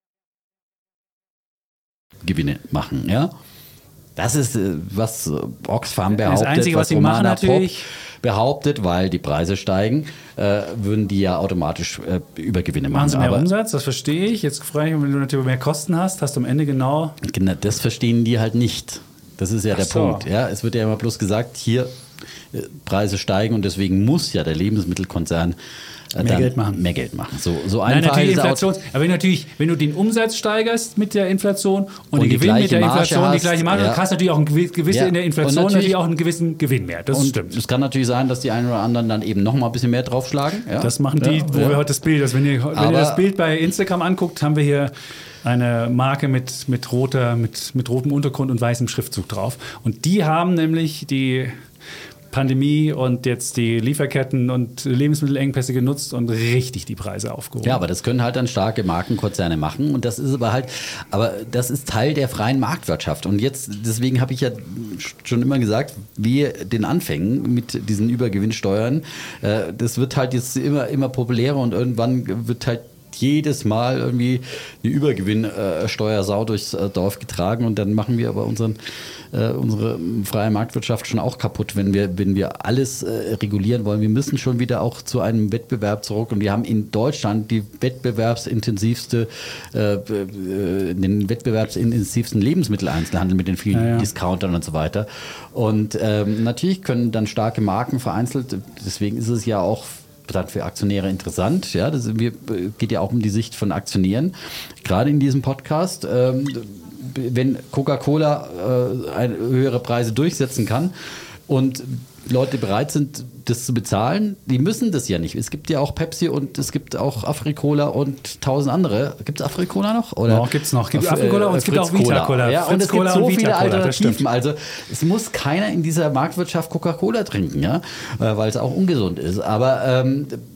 Gewinne machen, ja. Das ist, was Oxfam behauptet, das Einzige, was sie Romana machen, natürlich Popp behauptet, weil die Preise steigen, würden die ja automatisch Übergewinne machen. Machen sie mehr Umsatz, das verstehe ich. Jetzt frage ich mich, wenn du natürlich mehr Kosten hast du am Ende genau... Das verstehen die halt nicht. Das ist ja der Punkt. Ja? Es wird ja immer bloß gesagt, hier Preise steigen und deswegen muss ja der Lebensmittelkonzern mehr Geld machen. So einfach natürlich Inflation. Aber wenn du den Umsatz steigerst mit der Inflation und den Gewinn mit der Inflation, die gleiche Marge, hast du natürlich auch in der Inflation natürlich auch einen gewissen Gewinn mehr. Das stimmt. Es kann natürlich sein, dass die einen oder anderen dann eben noch mal ein bisschen mehr draufschlagen. Ja? Das machen die, wo wir heute das Bild, wenn ihr das Bild bei Instagram anguckt, haben wir hier eine Marke mit rotem Untergrund und weißem Schriftzug drauf. Und die haben nämlich die Pandemie und jetzt die Lieferketten und Lebensmittelengpässe genutzt und richtig die Preise aufgehoben. Ja, aber das können halt dann starke Markenkonzerne machen und das ist aber das ist Teil der freien Marktwirtschaft und jetzt, deswegen habe ich ja schon immer gesagt, wir den Anfängen mit diesen Übergewinnsteuern, das wird halt jetzt immer populärer und irgendwann wird halt jedes Mal irgendwie eine Übergewinnsteuersau durchs Dorf getragen und dann machen wir aber unsere freie Marktwirtschaft schon auch kaputt, wenn wir alles regulieren wollen. Wir müssen schon wieder auch zu einem Wettbewerb zurück und wir haben in Deutschland den wettbewerbsintensivsten Lebensmitteleinzelhandel mit den vielen Discountern und so weiter. Und natürlich können dann starke Marken vereinzelt, deswegen ist es ja auch dann für Aktionäre interessant. Ja, geht ja auch um die Sicht von Aktionären. Gerade in diesem Podcast, wenn Coca-Cola höhere Preise durchsetzen kann und Leute bereit sind, das zu bezahlen, die müssen das ja nicht. Es gibt ja auch Pepsi und es gibt auch Afri-Cola und 1000 andere. Gibt es Afri-Cola noch? Oder? Noch, gibt es noch. Gibt Afri-Cola und es gibt auch Vita-Cola. Ja, und es gibt so viele Alternativen. Also es muss keiner in dieser Marktwirtschaft Coca-Cola trinken, ja, weil es auch ungesund ist. Aber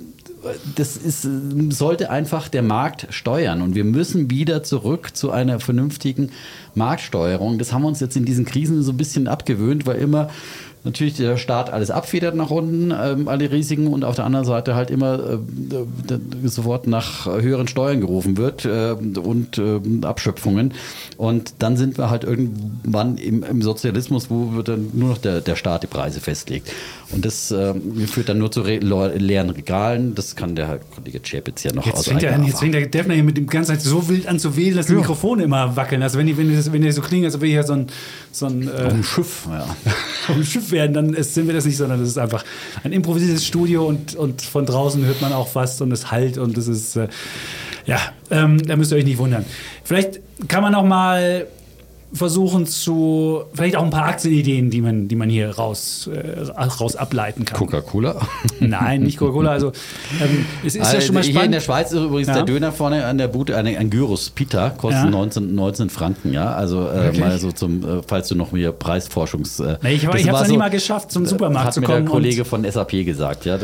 sollte einfach der Markt steuern und wir müssen wieder zurück zu einer vernünftigen Marktsteuerung. Das haben wir uns jetzt in diesen Krisen so ein bisschen abgewöhnt, weil immer natürlich der Staat alles abfedert nach unten, alle Risiken und auf der anderen Seite halt immer sofort nach höheren Steuern gerufen wird und Abschöpfungen. Und dann sind wir halt irgendwann im Sozialismus, wo dann nur noch der Staat die Preise festlegt. Und das führt dann nur zu leeren Regalen. Das kann der Herr Kollege Czapitz ja noch jetzt fängt der Defner hier mit dem ganzen Zeit so wild an zu wählen, dass die Mikrofone immer wackeln. Also wenn die so klingen, als ob wir hier so ein auf dem Schiff, auf dem Schiff werden, dann sind wir das nicht, sondern das ist einfach ein improvisiertes Studio und von draußen hört man auch was und es hallt und das ist, da müsst ihr euch nicht wundern. Vielleicht kann man auch mal versuchen vielleicht auch ein paar Aktienideen, die man hier raus ableiten kann. Coca-Cola? Nein, nicht Coca-Cola. Also es ist ja schon mal spannend. Hier in der Schweiz ist übrigens der Döner vorne an der Bude, ein Gyros Pita, kostet 19 Franken, ja. Also mal so falls du noch mehr Preisforschungs... ich habe es noch nie mal geschafft, zum Supermarkt zu kommen. Hat mir der Kollege von SAP gesagt, ja.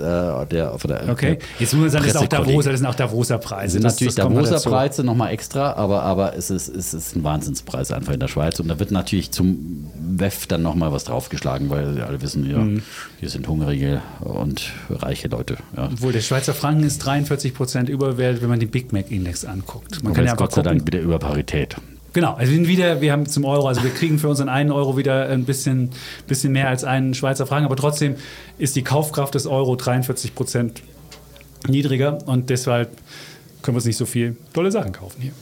Okay, jetzt muss man sagen, das sind auch Davoser Preise. Das sind natürlich Davoser Preise nochmal extra, aber es ist ein Wahnsinnspreis einfach in der Schweiz. Und da wird natürlich zum WEF dann nochmal was draufgeschlagen, weil alle wissen, hier sind hungrige und reiche Leute. Ja. Obwohl der Schweizer Franken ist 43% überbewertet, wenn man den Big Mac Index anguckt. Man kann ja Gott sei Dank wieder über Parität. Genau, also wir haben zum Euro, also wir kriegen für unseren 1 Euro wieder ein bisschen mehr als einen Schweizer Franken, aber trotzdem ist die Kaufkraft des Euro 43% niedriger und deshalb können wir uns nicht so viel tolle Sachen kaufen hier.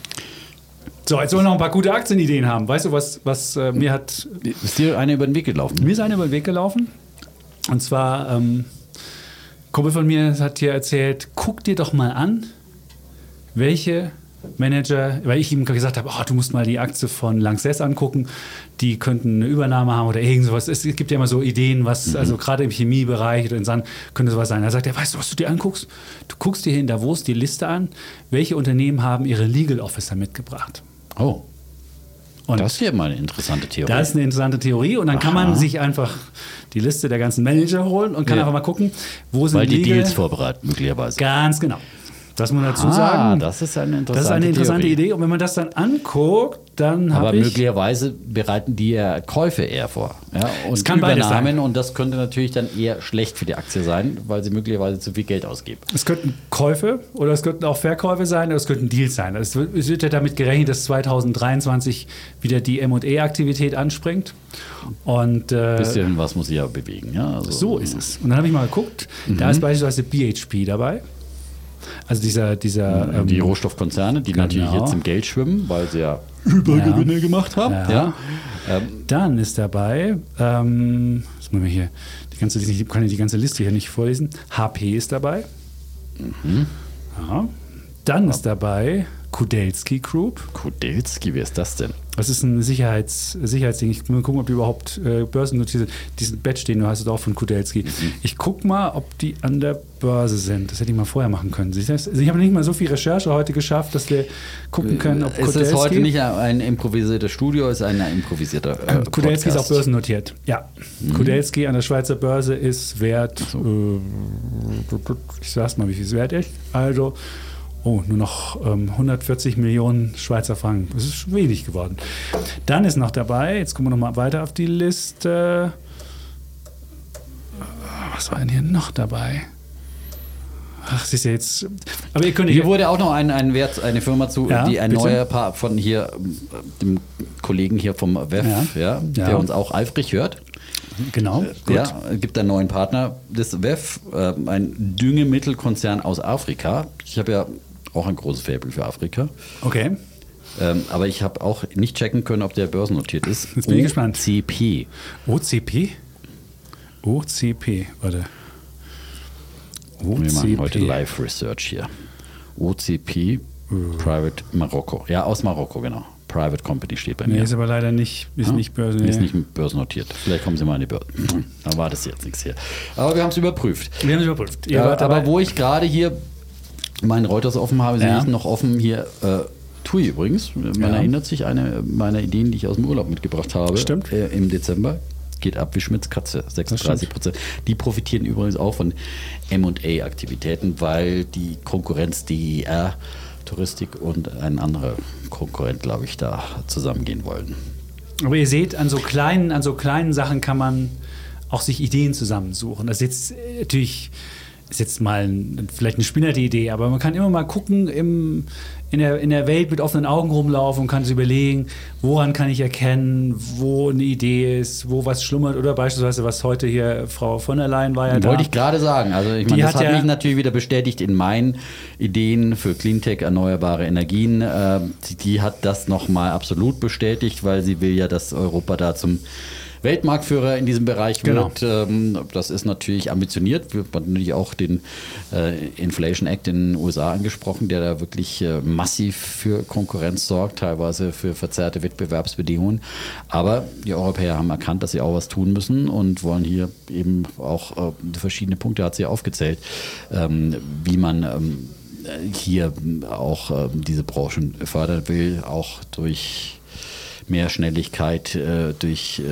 So, jetzt wollen wir noch ein paar gute Aktienideen haben. Weißt du, was mir hat... Ist dir eine über den Weg gelaufen? Mir ist eine über den Weg gelaufen. Und zwar, ein Kumpel von mir hat hier erzählt, guck dir doch mal an, welche Manager, weil ich ihm gesagt habe, du musst mal die Aktie von Lanxess angucken, die könnten eine Übernahme haben oder irgend sowas. Es gibt ja immer so Ideen, was, also gerade im Chemiebereich oder in Sand könnte sowas sein. Da sagt er, weißt du, was du dir anguckst? Du guckst dir hier in Davos die Liste an, welche Unternehmen haben ihre Legal Officer mitgebracht. Oh. Und das ist ja mal eine interessante Theorie. Das ist eine interessante Theorie und dann kann man sich einfach die Liste der ganzen Manager holen und kann einfach mal gucken, wo sind die Deals vorbereitet, möglicherweise. Ganz genau. Das muss man dazu sagen. Das ist eine interessante Idee. Und wenn man das dann anguckt, dann aber möglicherweise bereiten die ja Käufe eher vor. Ja? Und es kann Übernahmen und das könnte natürlich dann eher schlecht für die Aktie sein, weil sie möglicherweise zu viel Geld ausgeben. Es könnten Käufe oder es könnten auch Verkäufe sein oder es könnten Deals sein. Es wird ja damit gerechnet, dass 2023 wieder die M&A-Aktivität anspringt. Und bisschen was muss ich ja bewegen. Ja? Also, so ist es. Und dann habe ich mal geguckt, da ist beispielsweise BHP dabei. Also die Rohstoffkonzerne, die natürlich jetzt im Geld schwimmen, weil sie ja Übergewinne gemacht haben. Ja. Dann ist dabei, jetzt müssen wir hier ich kann die ganze Liste hier nicht vorlesen. HP ist dabei. Ja. Dann ist dabei Kudelski Group. Kudelski, wer ist das denn? Das ist ein Sicherheitsding. Ich will mal gucken, ob die überhaupt börsennotiert sind. Diesen Badge, den du hast, ist auch von Kudelski. Ich guck mal, ob die an der Börse sind. Das hätte ich mal vorher machen können. Ich habe nicht mal so viel Recherche heute geschafft, dass wir gucken können, ob Kudelski... Es ist heute nicht ein improvisiertes Studio, es ist ein improvisierter Kudelski ist auch börsennotiert. Ja. Kudelski an der Schweizer Börse ist wert... ich sag's mal, wie viel es wert ist. Also... nur noch 140 Millionen Schweizer Franken. Das ist wenig geworden. Dann ist noch dabei, jetzt gucken wir noch mal weiter auf die Liste. Was war denn hier noch dabei? Ach, siehst du jetzt. Aber ihr könnt hier wurde auch noch eine Firma zu, die ein neuer Paar von hier, dem Kollegen hier vom WEF, der uns auch eifrig hört. Genau. Gut. Ja, gibt einen neuen Partner des WEF, ein Düngemittelkonzern aus Afrika. Ich habe ja auch ein großes Faible für Afrika. Okay. Aber ich habe auch nicht checken können, ob der börsennotiert ist. Jetzt bin ich gespannt. OCP. OCP? OCP, warte. Wir machen heute Live Research hier. OCP, Private Marokko. Ja, aus Marokko, genau. Private Company steht bei mir. Nee, ist aber leider nicht börsennotiert. Ist nicht börsennotiert. Vielleicht kommen Sie mal an die Börse. Da war das jetzt nichts hier. Aber wir haben es überprüft. Aber wo ich gerade hier meinen Reuters offen habe, sehe ich noch offen hier TUI übrigens. Man erinnert sich, eine meiner Ideen, die ich aus dem Urlaub mitgebracht habe. Stimmt. Im Dezember. Geht ab wie Schmitz Katze, 36%. Die profitieren übrigens auch von M&A-Aktivitäten, weil die Konkurrenz DER Touristik und ein anderer Konkurrent, glaube ich, da zusammengehen wollen. Aber ihr seht, an so kleinen Sachen kann man auch sich Ideen zusammensuchen. Das ist jetzt natürlich mal vielleicht eine spinnerte Idee, aber man kann immer mal gucken in der Welt mit offenen Augen rumlaufen und kann sich überlegen, woran kann ich erkennen, wo eine Idee ist, wo was schlummert oder beispielsweise, was heute hier Frau von der Leyen war ja da. Wollte ich gerade sagen. Also ich meine, das hat mich natürlich wieder bestätigt in meinen Ideen für Cleantech, erneuerbare Energien. Die hat das nochmal absolut bestätigt, weil sie will ja, dass Europa da zum Weltmarktführer in diesem Bereich wird. Genau. Das ist natürlich ambitioniert. Wir haben natürlich auch den Inflation Act in den USA angesprochen, der da wirklich massiv für Konkurrenz sorgt, teilweise für verzerrte Wettbewerbsbedingungen. Aber die Europäer haben erkannt, dass sie auch was tun müssen und wollen hier eben auch verschiedene Punkte, hat sie aufgezählt, wie man hier auch diese Branchen fördern will, auch durch mehr Schnelligkeit, durch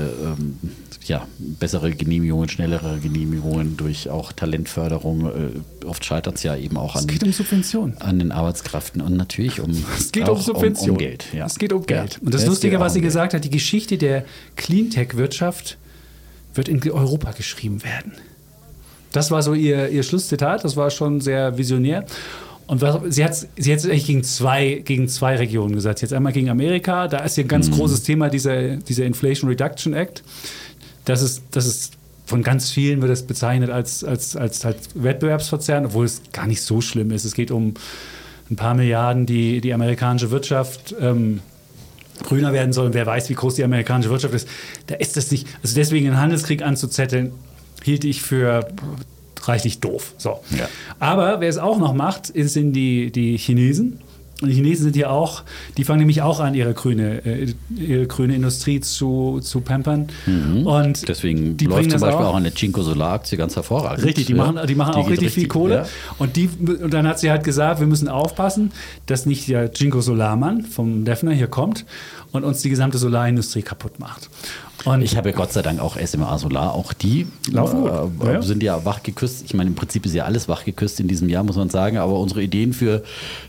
bessere Genehmigungen, schnellere Genehmigungen, durch auch Talentförderung. Oft scheitert es ja eben auch an, es geht um Subventionen, an den Arbeitskräften und natürlich um Geld. Ja. Es geht um Geld. Und das Lustige, was sie gesagt hat, die Geschichte der Cleantech-Wirtschaft wird in Europa geschrieben werden. Das war so ihr Schlusszitat, das war schon sehr visionär. Und sie hat eigentlich gegen zwei Regionen gesagt. Jetzt einmal gegen Amerika, da ist hier ein ganz großes Thema, dieser Inflation Reduction Act. Das ist von ganz vielen wird es bezeichnet als Wettbewerbsverzerrung, obwohl es gar nicht so schlimm ist. Es geht um ein paar Milliarden, die amerikanische Wirtschaft grüner werden soll. Und wer weiß, wie groß die amerikanische Wirtschaft ist, da ist das nicht. Also deswegen einen Handelskrieg anzuzetteln, hielt ich für reichlich doof. So. Ja. Aber wer es auch noch macht, sind die Chinesen. Und die Chinesen sind ja auch, die fangen nämlich auch an, ihre grüne Industrie zu pampern. Mhm. Und deswegen läuft zum Beispiel auch eine Cinco Solar-Aktie ganz hervorragend. Richtig, die machen auch richtig viel Kohle. Ja. Und dann hat sie halt gesagt, wir müssen aufpassen, dass nicht der Cinco Solar-Mann vom Defner hier kommt und uns die gesamte Solarindustrie kaputt macht. Und ich habe ja Gott sei Dank auch SMA Solar, auch die sind ja wachgeküsst. Ich meine, im Prinzip ist ja alles wachgeküsst in diesem Jahr, muss man sagen, aber unsere Ideen für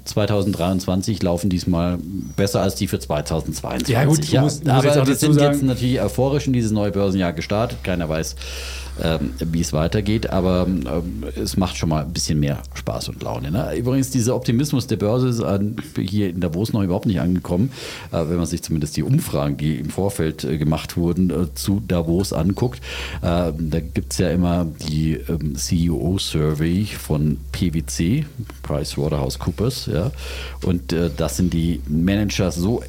2023 laufen diesmal besser als die für 2022. Ja gut, aber wir sind jetzt natürlich euphorisch in dieses neue Börsenjahr gestartet. Keiner weiß, wie es weitergeht, aber es macht schon mal ein bisschen mehr Spaß und Laune. Ne? Übrigens, dieser Optimismus der Börse ist hier in Davos noch überhaupt nicht angekommen, wenn man sich zumindest die Umfragen, die im Vorfeld gemacht wurden, zu Davos anguckt. Da gibt es ja immer die CEO-Survey von PwC, PricewaterhouseCoopers, ja, und das sind die Manager so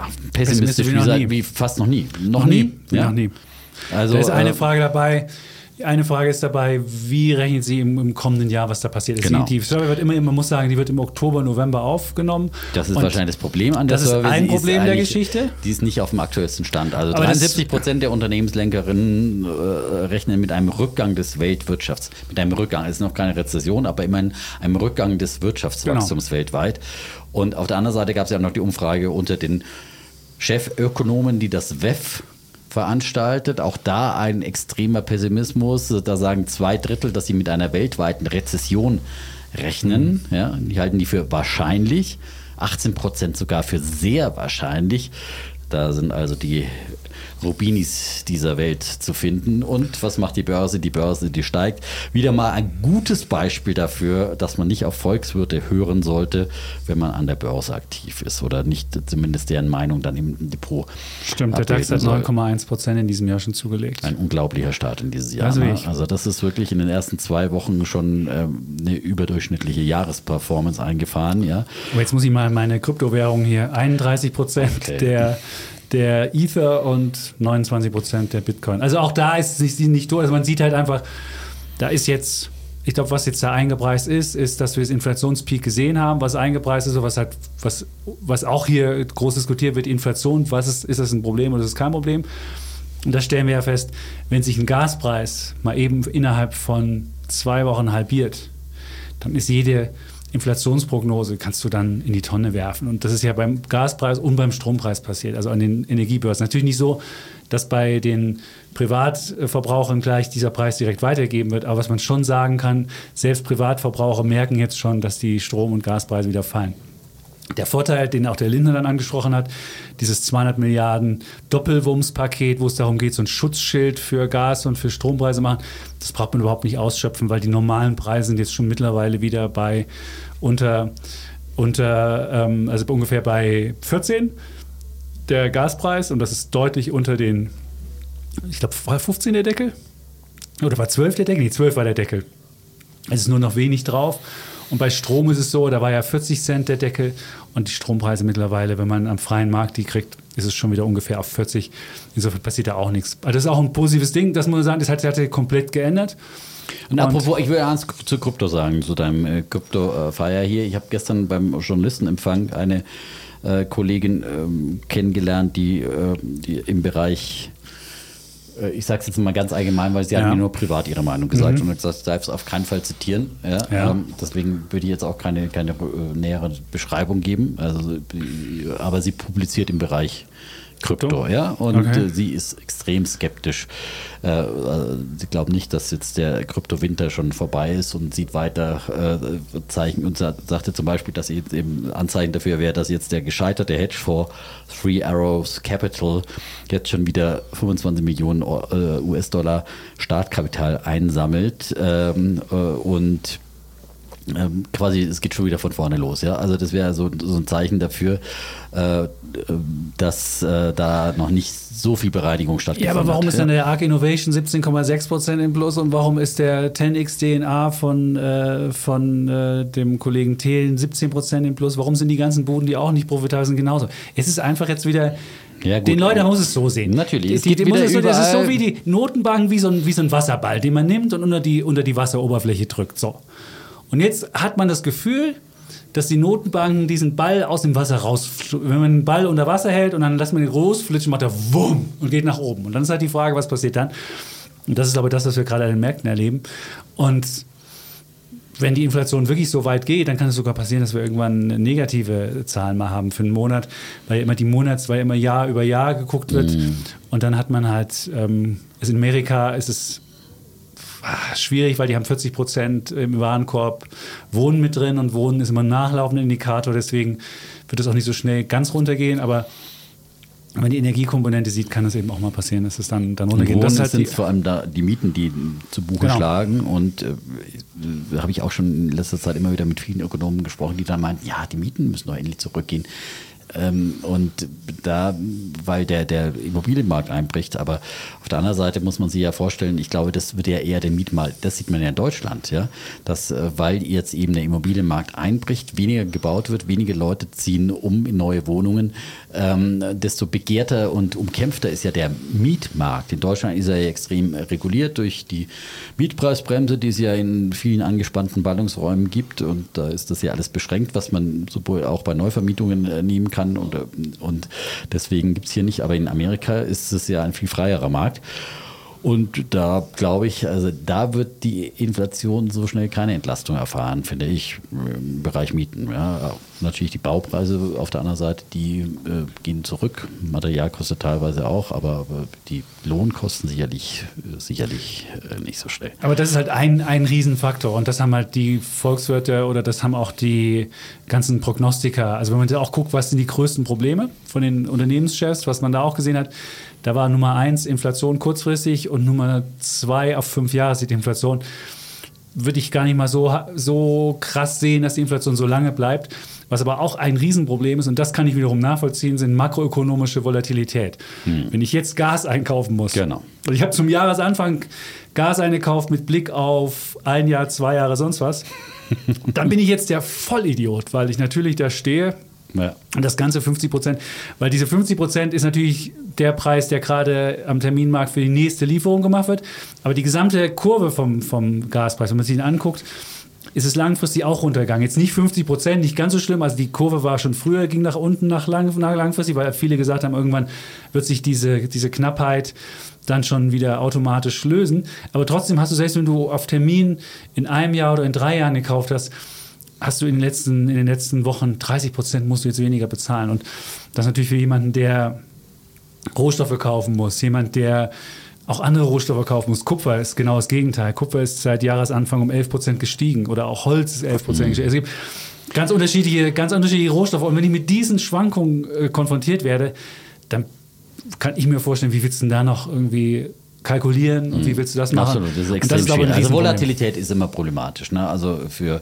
pessimistisch wie fast noch nie. Noch nie. Also, da ist eine Frage dabei, Eine Frage ist dabei, wie rechnen Sie im kommenden Jahr, was da passiert ist? Genau. Die Survey wird man muss sagen, die wird im Oktober, November aufgenommen. Das ist wahrscheinlich das Problem an der Survey. Das ist ein Problem der Geschichte. Die ist nicht auf dem aktuellsten Stand. Also 73% der Unternehmenslenkerinnen rechnen mit einem Rückgang des Weltwirtschafts. Mit einem Rückgang. Es ist noch keine Rezession, aber immerhin einem Rückgang des Wirtschaftswachstums weltweit. Und auf der anderen Seite gab es ja noch die Umfrage unter den Chefökonomen, die das WEF veranstaltet. Auch da ein extremer Pessimismus. Da sagen 2/3, dass sie mit einer weltweiten Rezession rechnen. Ja, die halten die für wahrscheinlich. 18% sogar für sehr wahrscheinlich. Da sind also die Rubinis dieser Welt zu finden. Und was macht die Börse? Die Börse, die steigt. Wieder mal ein gutes Beispiel dafür, dass man nicht auf Volkswirte hören sollte, wenn man an der Börse aktiv ist oder nicht zumindest deren Meinung dann im Depot. Stimmt, der DAX hat 9,1% in diesem Jahr schon zugelegt. Ein unglaublicher Start in dieses Jahr. Also das ist wirklich in den ersten 2 Wochen schon eine überdurchschnittliche Jahresperformance eingefahren. Ja. Aber jetzt muss ich mal meine Kryptowährung hier, 31% der Ether und 29% der Bitcoin. Also auch da ist es nicht durch. Also man sieht halt einfach, da ist jetzt, ich glaube, was jetzt da eingepreist ist, dass wir das Inflationspeak gesehen haben, was eingepreist ist, was auch hier groß diskutiert wird, Inflation, ist das ein Problem oder ist es kein Problem? Und da stellen wir ja fest, wenn sich ein Gaspreis mal eben innerhalb von 2 Wochen halbiert, dann ist jede Inflationsprognose kannst du dann in die Tonne werfen. Und das ist ja beim Gaspreis und beim Strompreis passiert, also an den Energiebörsen. Natürlich nicht so, dass bei den Privatverbrauchern gleich dieser Preis direkt weitergegeben wird, aber was man schon sagen kann, selbst Privatverbraucher merken jetzt schon, dass die Strom- und Gaspreise wieder fallen. Der Vorteil, den auch der Lindner dann angesprochen hat, dieses 200 Milliarden Doppelwumms-Paket, wo es darum geht, so ein Schutzschild für Gas- und für Strompreise machen, das braucht man überhaupt nicht ausschöpfen, weil die normalen Preise sind jetzt schon mittlerweile wieder bei also ungefähr bei 14 der Gaspreis und das ist deutlich unter den, ich glaube, war 15 der Deckel? Oder war 12 der Deckel? Nee, 12 war der Deckel. Es ist nur noch wenig drauf. Und bei Strom ist es so, da war ja 40 Cent der Deckel und die Strompreise mittlerweile, wenn man am freien Markt die kriegt, ist es schon wieder ungefähr auf 40. Insofern passiert da auch nichts. Also das ist auch ein positives Ding, das muss man sagen, das hat sich komplett geändert. Und apropos, ich will eins zu Krypto sagen, zu deinem Krypto-Feier hier. Ich habe gestern beim Journalistenempfang eine Kollegin kennengelernt, die im Bereich, ich sage es jetzt mal ganz allgemein, weil sie hat mir nur privat ihre Meinung gesagt und hat gesagt, ich darf es auf keinen Fall zitieren. Ja. Deswegen würde ich jetzt auch keine nähere Beschreibung geben. Aber sie publiziert im Bereich Krypto, ja, und sie ist extrem skeptisch. Sie glaubt nicht, dass jetzt der Kryptowinter schon vorbei ist und sieht weiter Zeichen und sagte zum Beispiel, dass jetzt eben Anzeichen dafür wäre, dass jetzt der gescheiterte Hedgefonds Three Arrows Capital jetzt schon wieder 25 Millionen US-Dollar Startkapital einsammelt und quasi, es geht schon wieder von vorne los. Ja? Also das wäre so ein Zeichen dafür, dass da noch nicht so viel Bereinigung stattgefunden hat. Ja, aber warum ist dann der ARK Innovation 17,6% im Plus und warum ist der 10x DNA von dem Kollegen Thelen 17% im Plus? Warum sind die ganzen Buden, die auch nicht profitabel sind, genauso? Es ist einfach jetzt wieder... Ja, den Leuten muss es so sehen. Natürlich. Das ist so wie die Notenbank, wie so ein Wasserball, den man nimmt und unter die Wasseroberfläche drückt. So. Und jetzt hat man das Gefühl, dass die Notenbanken diesen Ball aus dem Wasser wenn man den Ball unter Wasser hält und dann lässt man den rausflitschen, macht er wumm und geht nach oben. Und dann ist halt die Frage, was passiert dann? Und das ist aber das, was wir gerade an den Märkten erleben. Und wenn die Inflation wirklich so weit geht, dann kann es sogar passieren, dass wir irgendwann negative Zahlen mal haben für einen Monat, weil immer Jahr über Jahr geguckt wird. Und dann hat man halt, in Amerika ist es schwierig, weil die haben 40% im Warenkorb Wohnen mit drin und Wohnen ist immer ein nachlaufender Indikator, deswegen wird es auch nicht so schnell ganz runtergehen, aber wenn man die Energiekomponente sieht, kann es eben auch mal passieren, dass es dann runtergeht. Das sind vor allem da die Mieten, die zu Buche schlagen und da habe ich auch schon in letzter Zeit immer wieder mit vielen Ökonomen gesprochen, die dann meinten, ja, die Mieten müssen doch endlich zurückgehen. Und da, weil der Immobilienmarkt einbricht, aber auf der anderen Seite muss man sich ja vorstellen, ich glaube, das wird ja eher der Mietmarkt, das sieht man ja in Deutschland, ja, dass, weil jetzt eben der Immobilienmarkt einbricht, weniger gebaut wird, wenige Leute ziehen um in neue Wohnungen, desto begehrter und umkämpfter ist ja der Mietmarkt. In Deutschland ist er ja extrem reguliert durch die Mietpreisbremse, die es ja in vielen angespannten Ballungsräumen gibt, und da ist das ja alles beschränkt, was man sowohl auch bei Neuvermietungen nehmen kann, und deswegen gibt es hier nicht, aber in Amerika ist es ja ein viel freierer Markt. Und da glaube ich, also da wird die Inflation so schnell keine Entlastung erfahren, finde ich, im Bereich Mieten. Ja. Natürlich die Baupreise auf der anderen Seite, die gehen zurück. Material kostet teilweise auch, aber die Lohnkosten sicherlich nicht so schnell. Aber das ist halt ein Riesenfaktor, und das haben halt die Volkswirte oder das haben auch die ganzen Prognostiker. Also wenn man da auch guckt, was sind die größten Probleme von den Unternehmenschefs, was man da auch gesehen hat, da war Nummer 1 Inflation kurzfristig und Nummer 2 auf 5 Jahre sieht die Inflation. Würde ich gar nicht mal so krass sehen, dass die Inflation so lange bleibt. Was aber auch ein Riesenproblem ist, und das kann ich wiederum nachvollziehen, sind makroökonomische Volatilität. Wenn ich jetzt Gas einkaufen muss, genau. Und ich habe zum Jahresanfang Gas eingekauft mit Blick auf 1 Jahr, 2 Jahre, sonst was, dann bin ich jetzt der Vollidiot, weil ich natürlich da stehe. Ja. Und das Ganze 50%, weil diese 50% ist natürlich der Preis, der gerade am Terminmarkt für die nächste Lieferung gemacht wird. Aber die gesamte Kurve vom Gaspreis, wenn man sich den anguckt, ist es langfristig auch runtergegangen. Jetzt nicht 50%, nicht ganz so schlimm. Also die Kurve war schon früher, ging nach unten nach langfristig, weil viele gesagt haben, irgendwann wird sich diese Knappheit dann schon wieder automatisch lösen. Aber trotzdem hast du, selbst wenn du auf Termin in 1 Jahr oder in 3 Jahren gekauft hast du in den letzten Wochen 30% musst du jetzt weniger bezahlen. Und das natürlich für jemanden, der Rohstoffe kaufen muss, jemand, der auch andere Rohstoffe kaufen muss. Kupfer ist genau das Gegenteil. Kupfer ist seit Jahresanfang um 11% gestiegen oder auch Holz ist 11% gestiegen. Es gibt ganz unterschiedliche Rohstoffe. Und wenn ich mit diesen Schwankungen konfrontiert werde, dann kann ich mir vorstellen, wie willst du denn da noch irgendwie kalkulieren und wie willst du das machen? Absolut, das ist extrem schwierig. Also Volatilität ist immer problematisch, ne? Also für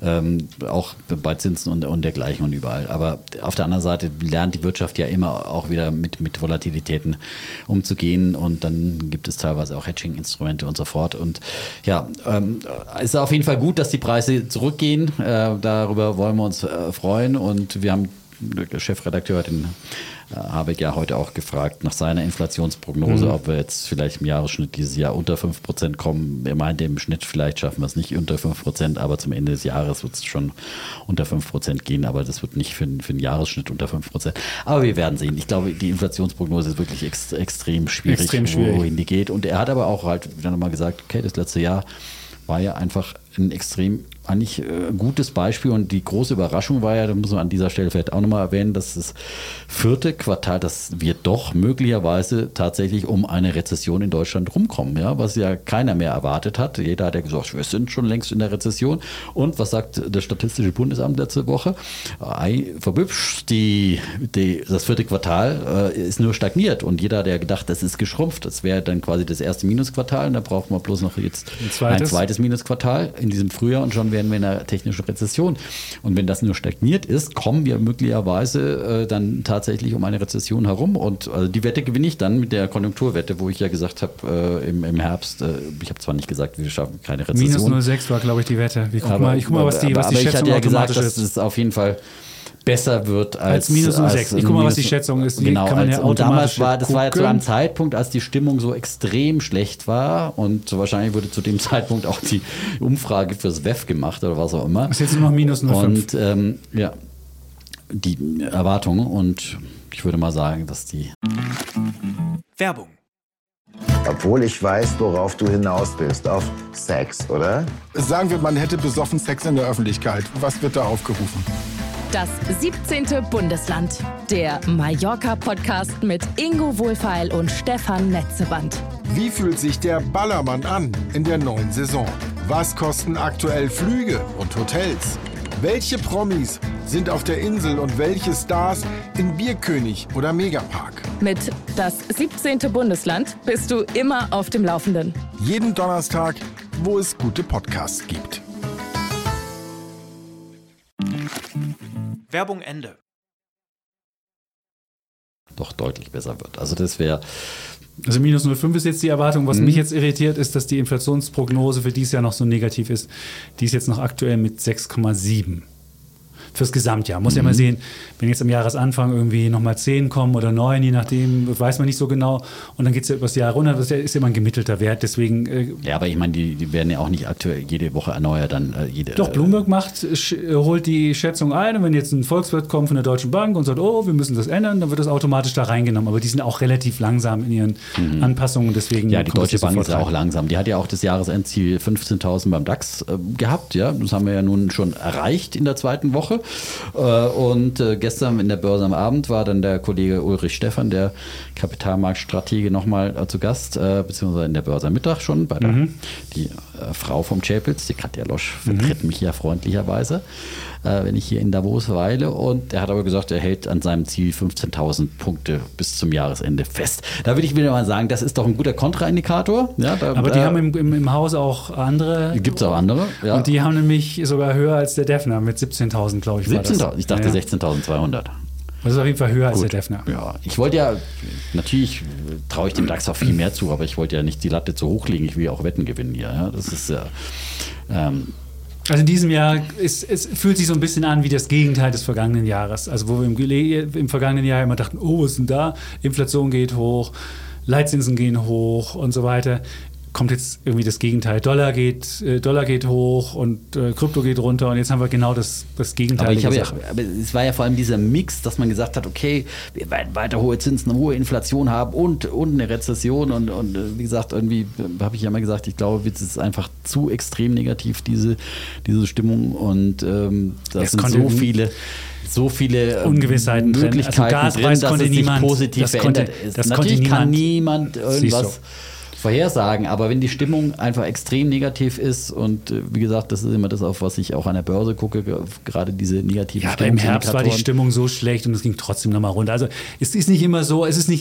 auch bei Zinsen und dergleichen und überall. Aber auf der anderen Seite lernt die Wirtschaft ja immer auch wieder mit Volatilitäten umzugehen, und dann gibt es teilweise auch Hedging-Instrumente und so fort. Und ja, es ist auf jeden Fall gut, dass die Preise zurückgehen. Darüber wollen wir uns freuen, und wir haben der Chefredakteur hat den Habeck ja heute auch gefragt nach seiner Inflationsprognose, ob wir jetzt vielleicht im Jahresschnitt dieses Jahr unter 5% kommen. Er meinte, im Schnitt vielleicht schaffen wir es nicht unter 5%, aber zum Ende des Jahres wird es schon unter 5% gehen, aber das wird nicht für einen Jahresschnitt unter 5%. Aber wir werden sehen. Ich glaube, die Inflationsprognose ist wirklich extrem schwierig, wohin die geht. Und er hat aber auch halt wieder nochmal gesagt, okay, das letzte Jahr war ja einfach ein extrem eigentlich gutes Beispiel, und die große Überraschung war ja, da muss man an dieser Stelle vielleicht auch nochmal erwähnen, dass das 4. Quartal, dass wir doch möglicherweise tatsächlich um eine Rezession in Deutschland rumkommen, ja, was ja keiner mehr erwartet hat. Jeder hat ja gesagt, wir sind schon längst in der Rezession. Und was sagt das Statistische Bundesamt letzte Woche? Verbübsch, das 4. Quartal ist nur stagniert, und jeder hat ja gedacht, das ist geschrumpft. Das wäre dann quasi das erste Minusquartal, und da braucht man bloß noch jetzt ein zweites Minusquartal in diesem Frühjahr, und schon wären wir in einer technischen Rezession. Und wenn das nur stagniert ist, kommen wir möglicherweise dann tatsächlich um eine Rezession herum. Und also die Wette gewinne ich dann mit der Konjunkturwette, wo ich ja gesagt habe im Herbst, ich habe zwar nicht gesagt, wir schaffen keine Rezession. -0,6 war, glaube ich, die Wette. Ich guck mal, was die Schätzung ich hatte ja gesagt, dass es auf jeden Fall besser wird als -0,6. Ich gucke mal, was die Schätzung ist. Genau, und damals war ja zu einem Zeitpunkt, als die Stimmung so extrem schlecht war, und wahrscheinlich wurde zu dem Zeitpunkt auch die Umfrage fürs WEF gemacht oder was auch immer. Das ist jetzt nur noch -0,5. Und ja, die Erwartungen, und ich würde mal sagen, dass die Werbung. Obwohl ich weiß, worauf du hinaus willst, auf Sex, oder? Sagen wir, man hätte besoffen Sex in der Öffentlichkeit. Was wird da aufgerufen? Das 17. Bundesland. Der Mallorca-Podcast mit Ingo Wohlfeil und Stefan Netzeband. Wie fühlt sich der Ballermann an in der neuen Saison? Was kosten aktuell Flüge und Hotels? Welche Promis sind auf der Insel und welche Stars in Bierkönig oder Megapark? Mit Das 17. Bundesland bist du immer auf dem Laufenden. Jeden Donnerstag, wo es gute Podcasts gibt. Werbung Ende. doch deutlich besser wird. Also das wäre... Also minus 0,5 ist jetzt die Erwartung. Was mich jetzt irritiert, ist, dass die Inflationsprognose für dieses Jahr noch so negativ ist. Die ist jetzt noch aktuell mit 6,7. Fürs Gesamtjahr. Muss ja mal sehen, wenn jetzt am Jahresanfang irgendwie nochmal 10 kommen oder 9, je nachdem, weiß man nicht so genau. Und dann geht es ja übers Jahr runter. Das ist ja immer ein gemittelter Wert. Deswegen. Ja, aber ich meine, die werden ja auch nicht aktuell jede Woche erneuert. Doch, Bloomberg holt die Schätzung ein. Und wenn jetzt ein Volkswirt kommt von der Deutschen Bank und sagt, oh, wir müssen das ändern, dann wird das automatisch da reingenommen. Aber die sind auch relativ langsam in ihren Anpassungen. Deswegen ja, die Deutsche Bank ist ja auch langsam. Die hat ja auch das Jahresendziel 15.000 beim DAX gehabt. Ja, das haben wir ja nun schon erreicht in der zweiten Woche. Und gestern in der Börse am Abend war dann der Kollege Ulrich Stephan, der Kapitalmarktstratege, nochmal zu Gast, beziehungsweise in der Börse am Mittag schon, bei die Frau vom Chapels, die Katja Losch, vertritt mich ja freundlicherweise, wenn ich hier in Davos weile. Und er hat aber gesagt, er hält an seinem Ziel 15.000 Punkte bis zum Jahresende fest. Da würde ich wieder mal sagen, das ist doch ein guter Kontraindikator. Ja, aber die haben im Haus auch andere. Gibt es auch andere, ja. Und die haben nämlich sogar höher als der Defner mit 17.000, glaube ich. 17.000? Ich dachte 16.200. Das ist auf jeden Fall höher als der Defner. Ja, ich wollte ja, natürlich traue ich dem DAX auch viel mehr zu, aber ich wollte ja nicht die Latte zu hoch legen. Ich will ja auch Wetten gewinnen hier. Ja? Das ist ja. Also in diesem Jahr, es fühlt sich so ein bisschen an wie das Gegenteil des vergangenen Jahres. Also wo wir im vergangenen Jahr immer dachten, oh, was ist denn da? Inflation geht hoch, Leitzinsen gehen hoch und so weiter. Kommt jetzt irgendwie das Gegenteil. Dollar geht hoch und Krypto geht runter und jetzt haben wir genau das Gegenteil. Aber es war ja vor allem dieser Mix, dass man gesagt hat, okay, wir werden weiter hohe Zinsen, hohe Inflation haben und eine Rezession und wie gesagt, irgendwie habe ich ja mal gesagt, ich glaube, es ist einfach zu extrem negativ, diese Stimmung und das sind so viele Ungewissheiten Möglichkeiten drin, dass es sich positiv verändert ist. Natürlich kann niemand irgendwas vorhersagen, aber wenn die Stimmung einfach extrem negativ ist und wie gesagt, das ist immer das, auf was ich auch an der Börse gucke, gerade diese negativen Stimmung. Ja, aber im Herbst war die Stimmung so schlecht und es ging trotzdem nochmal runter. Also es ist nicht immer so, es ist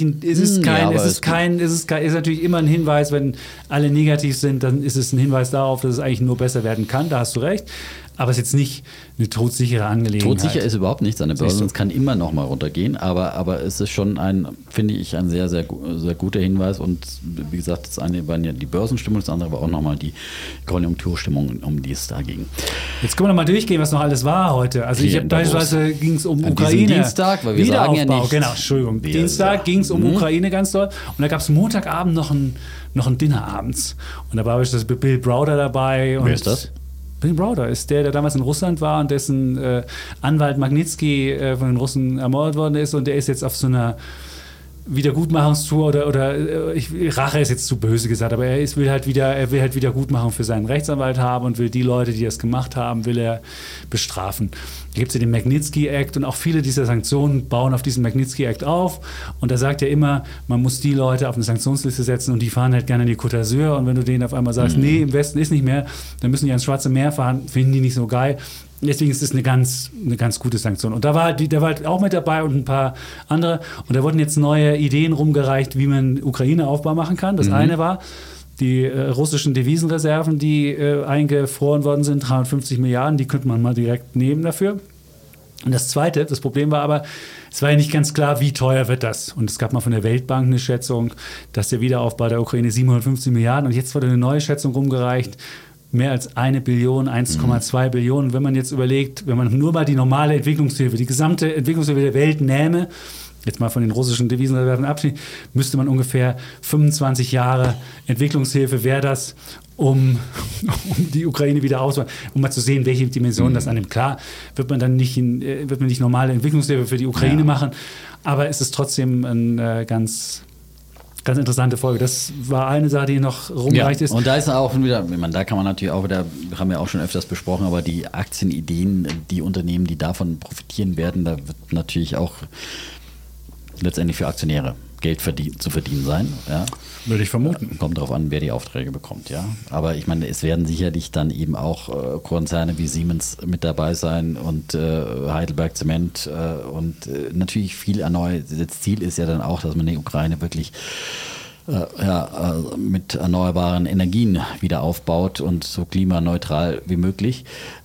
natürlich immer ein Hinweis, wenn alle negativ sind, dann ist es ein Hinweis darauf, dass es eigentlich nur besser werden kann, da hast du recht. Aber es ist jetzt nicht eine todsichere Angelegenheit. Todsicher ist überhaupt nichts an der Börse, es kann immer noch mal runtergehen, aber es ist schon finde ich, ein sehr, sehr, sehr guter Hinweis und wie gesagt, das eine war ja die Börsenstimmung, das andere war auch nochmal die Konjunkturstimmung, um die es da ging. Jetzt können wir nochmal durchgehen, was noch alles war heute. Also ich habe beispielsweise ging es um Ukraine. Dienstag, weil wir sagen ja nicht. Genau, Entschuldigung. Dienstag ging es um Ukraine ganz doll und da gab es Montagabend noch ein Dinner abends und da war beispielsweise Bill Browder dabei. Wer ist das? Bill Browder ist der damals in Russland war und dessen Anwalt Magnitsky von den Russen ermordet worden ist und der ist jetzt auf so einer Wiedergutmachungstour oder Rache ist jetzt zu böse gesagt, aber er will halt wieder Gutmachung für seinen Rechtsanwalt haben und will die Leute, die das gemacht haben, will er bestrafen. Da gibt es ja den Magnitsky Act und auch viele dieser Sanktionen bauen auf diesen Magnitsky Act auf und da sagt er immer, man muss die Leute auf eine Sanktionsliste setzen und die fahren halt gerne in die Côte d'Azur und wenn du denen auf einmal sagst, nee, im Westen ist nicht mehr, dann müssen die ans Schwarze Meer fahren, finden die nicht so geil. Deswegen ist es eine ganz gute Sanktion. Und der war halt auch mit dabei und ein paar andere. Und da wurden jetzt neue Ideen rumgereicht, wie man Ukraine aufbaubar machen kann. Das eine war die russischen Devisenreserven, die eingefroren worden sind, 350 Milliarden, die könnte man mal direkt nehmen dafür. Und das Zweite, das Problem war aber, es war ja nicht ganz klar, wie teuer wird das. Und es gab mal von der Weltbank eine Schätzung, dass der Wiederaufbau der Ukraine 750 Milliarden und jetzt wurde eine neue Schätzung rumgereicht, mehr als 1 Billion, 1,2 Billionen. Wenn man jetzt überlegt, wenn man nur mal die normale Entwicklungshilfe, die gesamte Entwicklungshilfe der Welt nähme, jetzt mal von den russischen Devisenreserven abschied, müsste man ungefähr 25 Jahre Entwicklungshilfe wäre das, um die Ukraine wieder auszubauen, um mal zu sehen, welche Dimensionen das annimmt. Klar, wird man nicht normale Entwicklungshilfe für die Ukraine machen, aber es ist trotzdem ein ganz interessante Folge. Das war eine Sache, die noch rumgereicht ist. Und da ist auch wieder, da kann man natürlich auch wieder, haben wir auch schon öfters besprochen, aber die Aktienideen, die Unternehmen, die davon profitieren werden, da wird natürlich auch letztendlich für Aktionäre Geld zu verdienen sein. Ja. Würde ich vermuten. Kommt darauf an, wer die Aufträge bekommt. Ja. Aber ich meine, es werden sicherlich dann eben auch Konzerne wie Siemens mit dabei sein und Heidelberg Zement und natürlich viel erneuert. Das Ziel ist ja dann auch, dass man die Ukraine wirklich mit erneuerbaren Energien wieder aufbaut und so klimaneutral wie möglich.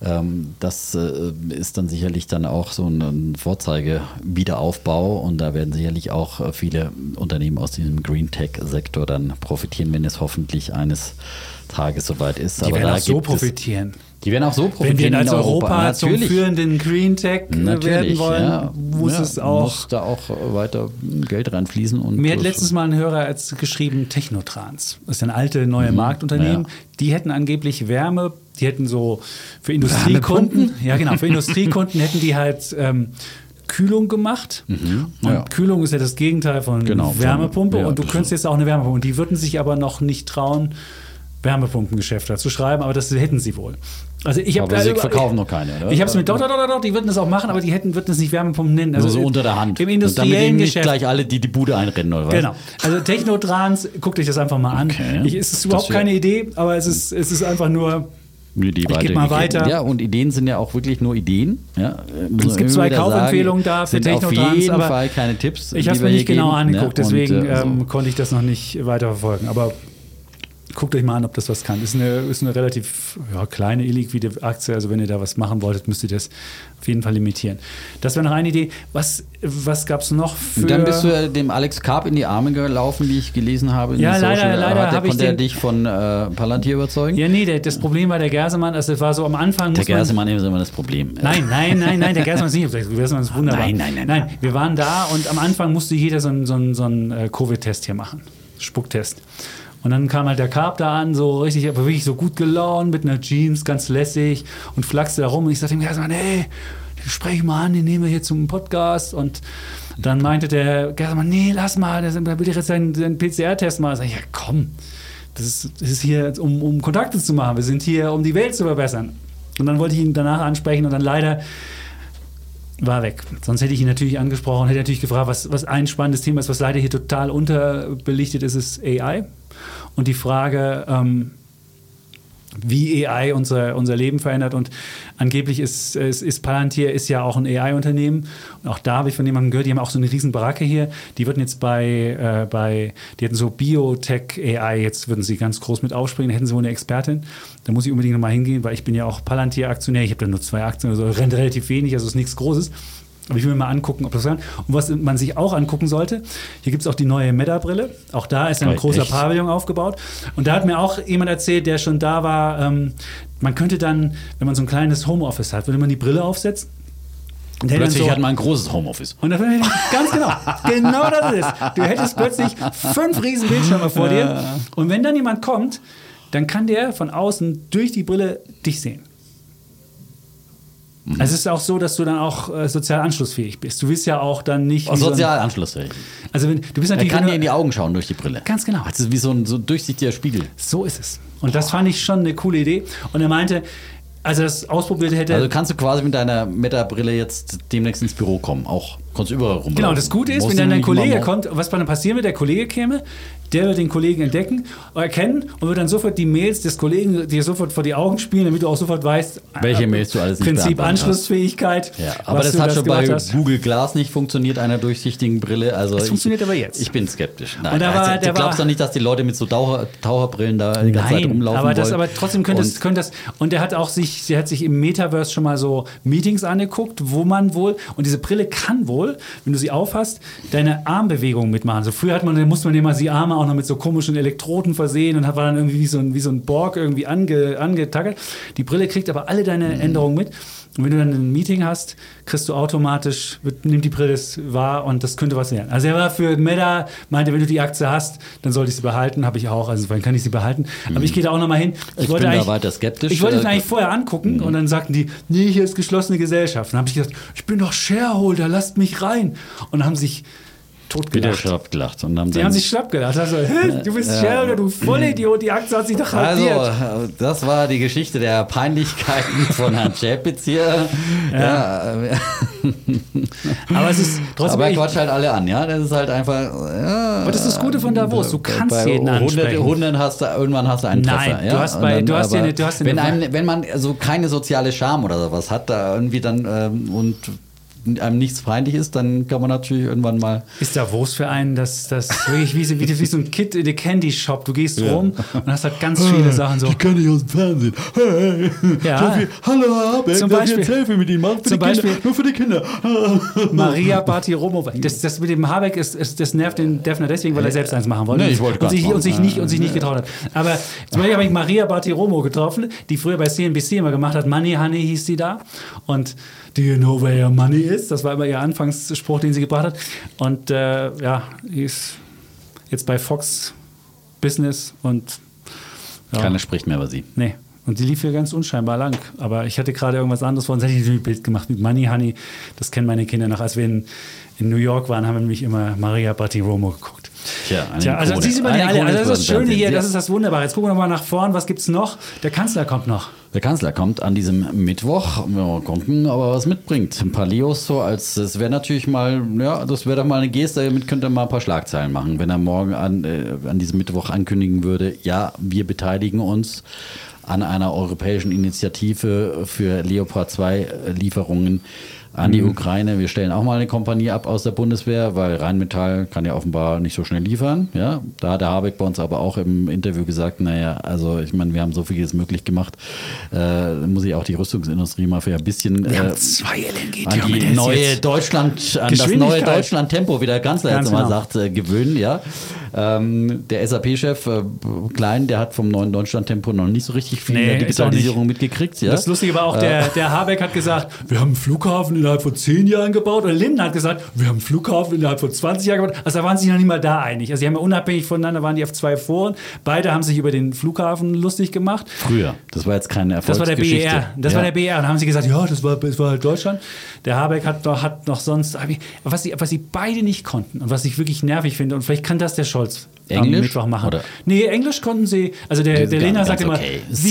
Das ist dann sicherlich dann auch so ein Vorzeigewiederaufbau und da werden sicherlich auch viele Unternehmen aus diesem Green Tech-Sektor dann profitieren, wenn es hoffentlich eines Tages soweit ist. Die werden auch so profitieren. Die werden auch so profitieren. Wenn wir als Europa zum führenden Green Tech werden wollen, muss da auch weiter Geld reinfließen. Und mir hat letztens mal ein Hörer geschrieben, Technotrans. Das ist ein alte, neue Marktunternehmen. Ja. Die hätten angeblich Wärme, die hätten so für Industriekunden, für Industriekunden hätten die halt Kühlung gemacht. Und Kühlung ist ja das Gegenteil von Wärmepumpe. Und du könntest jetzt auch eine Wärmepumpe. Und die würden sich aber noch nicht trauen, Wärmepumpengeschäfte zu schreiben, aber das hätten sie wohl. Also sie verkaufen noch keine, oder? Ich habe es mit doch, die würden das auch machen, aber die würden es nicht Wärmepumpen nennen. Also so unter der Hand. Im industriellen Geschäft. Damit gleich alle die Bude einrennen, oder was? Genau. Also Technotrans, guckt euch das einfach mal an. Es ist überhaupt keine Idee, aber es ist einfach nur... Ich gebe mal weiter. Ja, und Ideen sind ja auch wirklich nur Ideen. Ja, es gibt 2 Kaufempfehlungen da für Technotrans. Auf jeden Fall keine Tipps. Ich habe es mir nicht genau angeguckt, deswegen konnte ich das noch nicht weiterverfolgen. Aber guckt euch mal an, ob das was kann. Ist eine relativ kleine, illiquide Aktie. Also wenn ihr da was machen wolltet, müsst ihr das auf jeden Fall limitieren. Das wäre noch eine Idee. Was gab es noch für... Und dann bist du dem Alex Karp in die Arme gelaufen, wie ich gelesen habe. Ja, leider konnte er dich von Palantir überzeugen? Ja, nee, das Problem war der Gersemann. Also das war so am Anfang... Der Gersemann ist immer das Problem. Nein, der Gersemann ist nicht. Der Gersemann ist wunderbar. Nein, wir waren da und am Anfang musste jeder so einen Covid-Test hier machen. Spucktest. Und dann kam halt der Karp da an, so richtig, aber wirklich so gut gelaunt, mit einer Jeans, ganz lässig und flachste da rum. Und ich sagte ihm, hey, sprech mal an, den nehmen wir hier zum Podcast. Und dann meinte der Gersemann, nee, lass mal, der will jetzt seinen PCR-Test machen. Ich sag, ja komm, das ist hier, um Kontakte zu machen. Wir sind hier, um die Welt zu verbessern. Und dann wollte ich ihn danach ansprechen und dann leider war weg. Sonst hätte ich ihn natürlich angesprochen, hätte natürlich gefragt, was ein spannendes Thema ist, was leider hier total unterbelichtet ist AI. Und die Frage, wie AI unser Leben verändert. Und angeblich ist Palantir ist ja auch ein AI-Unternehmen. Und auch da habe ich von jemandem gehört, die haben auch so eine riesen Baracke hier. Die würden jetzt die hätten so Biotech-AI, jetzt würden sie ganz groß mit aufspringen, da hätten sie wohl eine Expertin. Da muss ich unbedingt nochmal hingehen, weil ich bin ja auch Palantir-Aktionär. Ich habe da nur 2 Aktien, also rennt relativ wenig, also ist nichts Großes. Aber ich will mir mal angucken, ob das kann. Und was man sich auch angucken sollte, hier gibt es auch die neue Meta-Brille. Auch da ist ein großer Pavillon aufgebaut. Und da hat mir auch jemand erzählt, der schon da war, man könnte dann, wenn man so ein kleines Homeoffice hat, würde man die Brille aufsetzen. Und plötzlich hat man ein großes Homeoffice. Und dann, ganz genau das ist es. Du hättest plötzlich 5 riesen Bildschirme vor dir. Und wenn dann jemand kommt, dann kann der von außen durch die Brille dich sehen. Also es ist auch so, dass du dann auch sozial anschlussfähig bist. Du willst ja auch dann nicht... Sozial anschlussfähig. Also du bist natürlich... Er kann dir in die Augen schauen durch die Brille. Ganz genau. Das ist wie so ein durchsichtiger Spiegel. So ist es. Und das fand ich schon eine coole Idee. Und er meinte, als er das ausprobiert hätte... Also kannst du quasi mit deiner Meta-Brille jetzt demnächst ins Büro kommen. Auch kannst du überall rumlaufen. Genau, das Gute ist, wenn dann dein Kollege kommt, was dann passieren wird, der Kollege käme, der wird den Kollegen erkennen und wird dann sofort die Mails des Kollegen dir sofort vor die Augen spielen, damit du auch sofort weißt, welche Mails du alles nicht Prinzip Anschlussfähigkeit. Ja, aber das hat schon bei Google Glass nicht funktioniert, einer durchsichtigen Brille. Also das funktioniert aber jetzt. Ich bin skeptisch. Nein, du glaubst doch nicht, dass die Leute mit so Taucherbrillen da die ganze Zeit rumlaufen wollen. Aber trotzdem könnte das. Und der hat sich im Metaverse schon mal so Meetings angeguckt, wo man wohl, und diese Brille kann wohl, wenn du sie aufhast, deine Armbewegungen mitmachen. So früher musste man immer die Arme auch noch mit so komischen Elektroden versehen und war dann irgendwie wie so ein Borg irgendwie angetackert. Die Brille kriegt aber alle deine Änderungen mit. Und wenn du dann ein Meeting hast, kriegst du automatisch, nimmt die Brille das wahr und das könnte was werden. Also er war für Meta, meinte, wenn du die Aktie hast, dann sollte ich sie behalten. Habe ich auch, also dann kann ich sie behalten. Aber ich gehe da auch nochmal hin. Ich bin da weiter skeptisch. Ich wollte es eigentlich vorher angucken und dann sagten die, nee, hier ist geschlossene Gesellschaft. Dann habe ich gesagt, ich bin doch Shareholder, lasst mich rein. Und dann haben sich totgelacht. Schlappgelacht. Die haben sich schlapp gelacht. Also, du bist Shareholder, du Vollidiot, die Aktie hat sich doch halbiert. Also, das war die Geschichte der Peinlichkeiten von Herrn Chapitz hier. Ja. Aber es ist trotzdem... Aber er quatscht halt alle an, ja? Das ist halt einfach... Ja, aber das ist das Gute von Davos, du kannst jeden ansprechen. Irgendwann hast du einen Treffer. Nein, ja? Wenn man so keine soziale Scham oder sowas hat, da irgendwie dann und einem nichts feindlich ist, dann kann man natürlich irgendwann mal... Ist Davos für einen das wirklich wie so ein Kid in der Candy Shop. Du gehst rum und hast halt ganz viele Sachen so. Ich kann nicht aus dem Fernsehen. Hey, ja. Hallo, Habeck, zum Beispiel ein Selfie mit ihm machen. Nur für die Kinder. Maria Bartiromo. Das mit dem Habeck, das nervt den Defner deswegen, weil er selbst eins machen wollte. Nee, ich wollte gar nicht. Und sich nicht getraut hat. Aber zum Beispiel habe ich Maria Bartiromo getroffen, die früher bei CNBC immer gemacht hat. Money Honey hieß die da. Und do you know where your money is? Das war immer ihr Anfangsspruch, den sie gebracht hat. Und die ist jetzt bei Fox Business und keiner spricht mehr über sie. Nee. Und die lief hier ganz unscheinbar lang. Aber ich hatte gerade irgendwas anderes vor. Und hätte ich ein Bild gemacht mit Money Honey. Das kennen meine Kinder noch. Als wir in New York waren, haben wir nämlich immer Maria Bartiromo geguckt. Tja, also diese mal alle. Also das ist das Schöne hier, das ist das Wunderbare. Jetzt gucken wir mal nach vorn, was gibt's noch? Der Kanzler kommt noch. Der Kanzler kommt an diesem Mittwoch. Wir gucken, ob er was mitbringt. Ein paar Leos so das wäre natürlich mal, das wäre doch mal eine Geste, damit könnte er mal ein paar Schlagzeilen machen, wenn er morgen an diesem Mittwoch ankündigen würde, ja, wir beteiligen uns an einer europäischen Initiative für Leopard 2 Lieferungen an die Ukraine. Wir stellen auch mal eine Kompanie ab aus der Bundeswehr, weil Rheinmetall kann ja offenbar nicht so schnell liefern. Ja, da hat der Habeck bei uns aber auch im Interview gesagt, also ich meine, wir haben so vieles möglich gemacht, muss ich auch die Rüstungsindustrie mal für ein bisschen wir haben 2 LNG an das neue Deutschland-Tempo, wie der Kanzler jetzt immer sagt, gewöhnen. Ja. Der SAP-Chef Klein, der hat vom neuen Deutschland-Tempo noch nicht so richtig viel Digitalisierung mitgekriegt. Ja? Das Lustige war auch, der Habeck hat gesagt, wir haben einen Flughafen innerhalb von 10 Jahren gebaut. Und Lindner hat gesagt, wir haben einen Flughafen innerhalb von 20 Jahren gebaut. Also da waren sie noch nicht mal da einig. Also die haben ja unabhängig voneinander, waren die auf 2 Foren. Beide haben sich über den Flughafen lustig gemacht. Früher. Das war jetzt keine Erfolgsgeschichte. Das war der BER. Und dann haben sie gesagt, das war halt Deutschland. Der Habeck hat noch sonst, was sie beide nicht konnten und was ich wirklich nervig finde, und vielleicht kann das der Scholz Englisch? Am Mittwoch machen. Oder? Nee, Englisch konnten sie. Also der Lehner sagt immer,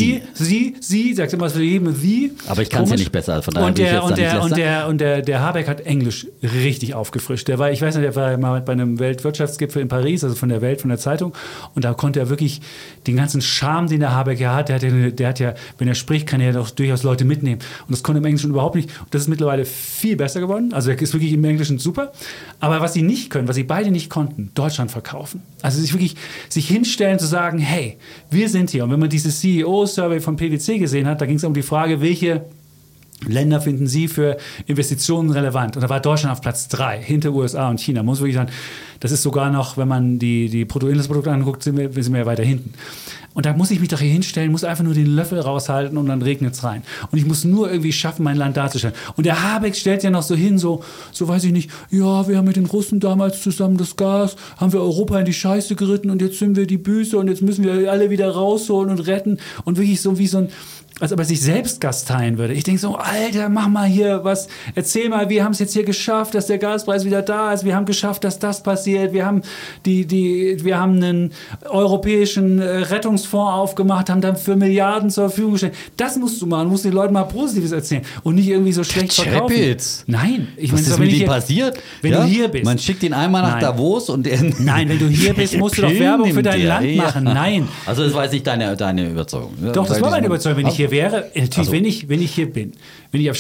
sie, sagt immer für jedem sie. Aber ich kann es ja nicht besser. Von daher und der Habeck hat Englisch richtig aufgefrischt. Der war mal bei einem Weltwirtschaftsgipfel in Paris, also von der Zeitung. Und da konnte er wirklich den ganzen Charme, den der Habeck ja hat, der hat ja, wenn er spricht, kann er doch durchaus Leute mitnehmen. Und das konnte im Englischen überhaupt nicht. Und das ist mittlerweile viel besser geworden. Also er ist wirklich im Englischen super. Aber was sie nicht können, was sie beide nicht konnten, Deutschland verkaufen. Also sich hinstellen, zu sagen, hey, wir sind hier. Und wenn man dieses CEO-Survey von PwC gesehen hat, da ging es um die Frage, welche Länder finden Sie für Investitionen relevant? Und da war Deutschland auf Platz 3, hinter USA und China. Muss wirklich sagen, das ist sogar noch, wenn man die Bruttoinlandsprodukte anguckt, sind wir ja weiter hinten. Und da muss ich mich doch hier hinstellen, muss einfach nur den Löffel raushalten und dann regnet es rein. Und ich muss nur irgendwie schaffen, mein Land darzustellen. Und der Habeck stellt ja noch so hin, so weiß ich nicht, ja, wir haben mit den Russen damals zusammen das Gas, haben wir Europa in die Scheiße geritten und jetzt sind wir die Büße und jetzt müssen wir alle wieder rausholen und retten. Und wirklich so wie so ein, als ob er sich selbst gasteien würde. Ich denke so, Alter, mach mal hier was, erzähl mal, wir haben es jetzt hier geschafft, dass der Gaspreis wieder da ist, wir haben geschafft, dass das passiert, wir haben wir haben einen europäischen Rettungsfonds aufgemacht, haben dann für Milliarden zur Verfügung gestellt. Das musst du machen, musst den Leuten mal Positives erzählen und nicht irgendwie so schlecht verkaufen. Nein, was ist mit ihm passiert? Wenn du hier bist. Man schickt ihn einmal nach Davos und nein, wenn du hier bist, musst du doch Werbung für dein Land machen. Nein. Also das war jetzt nicht deine Überzeugung. Doch, das war meine Überzeugung, wenn ich hier wäre, natürlich, also, wenn ich hier bin, wenn ich auf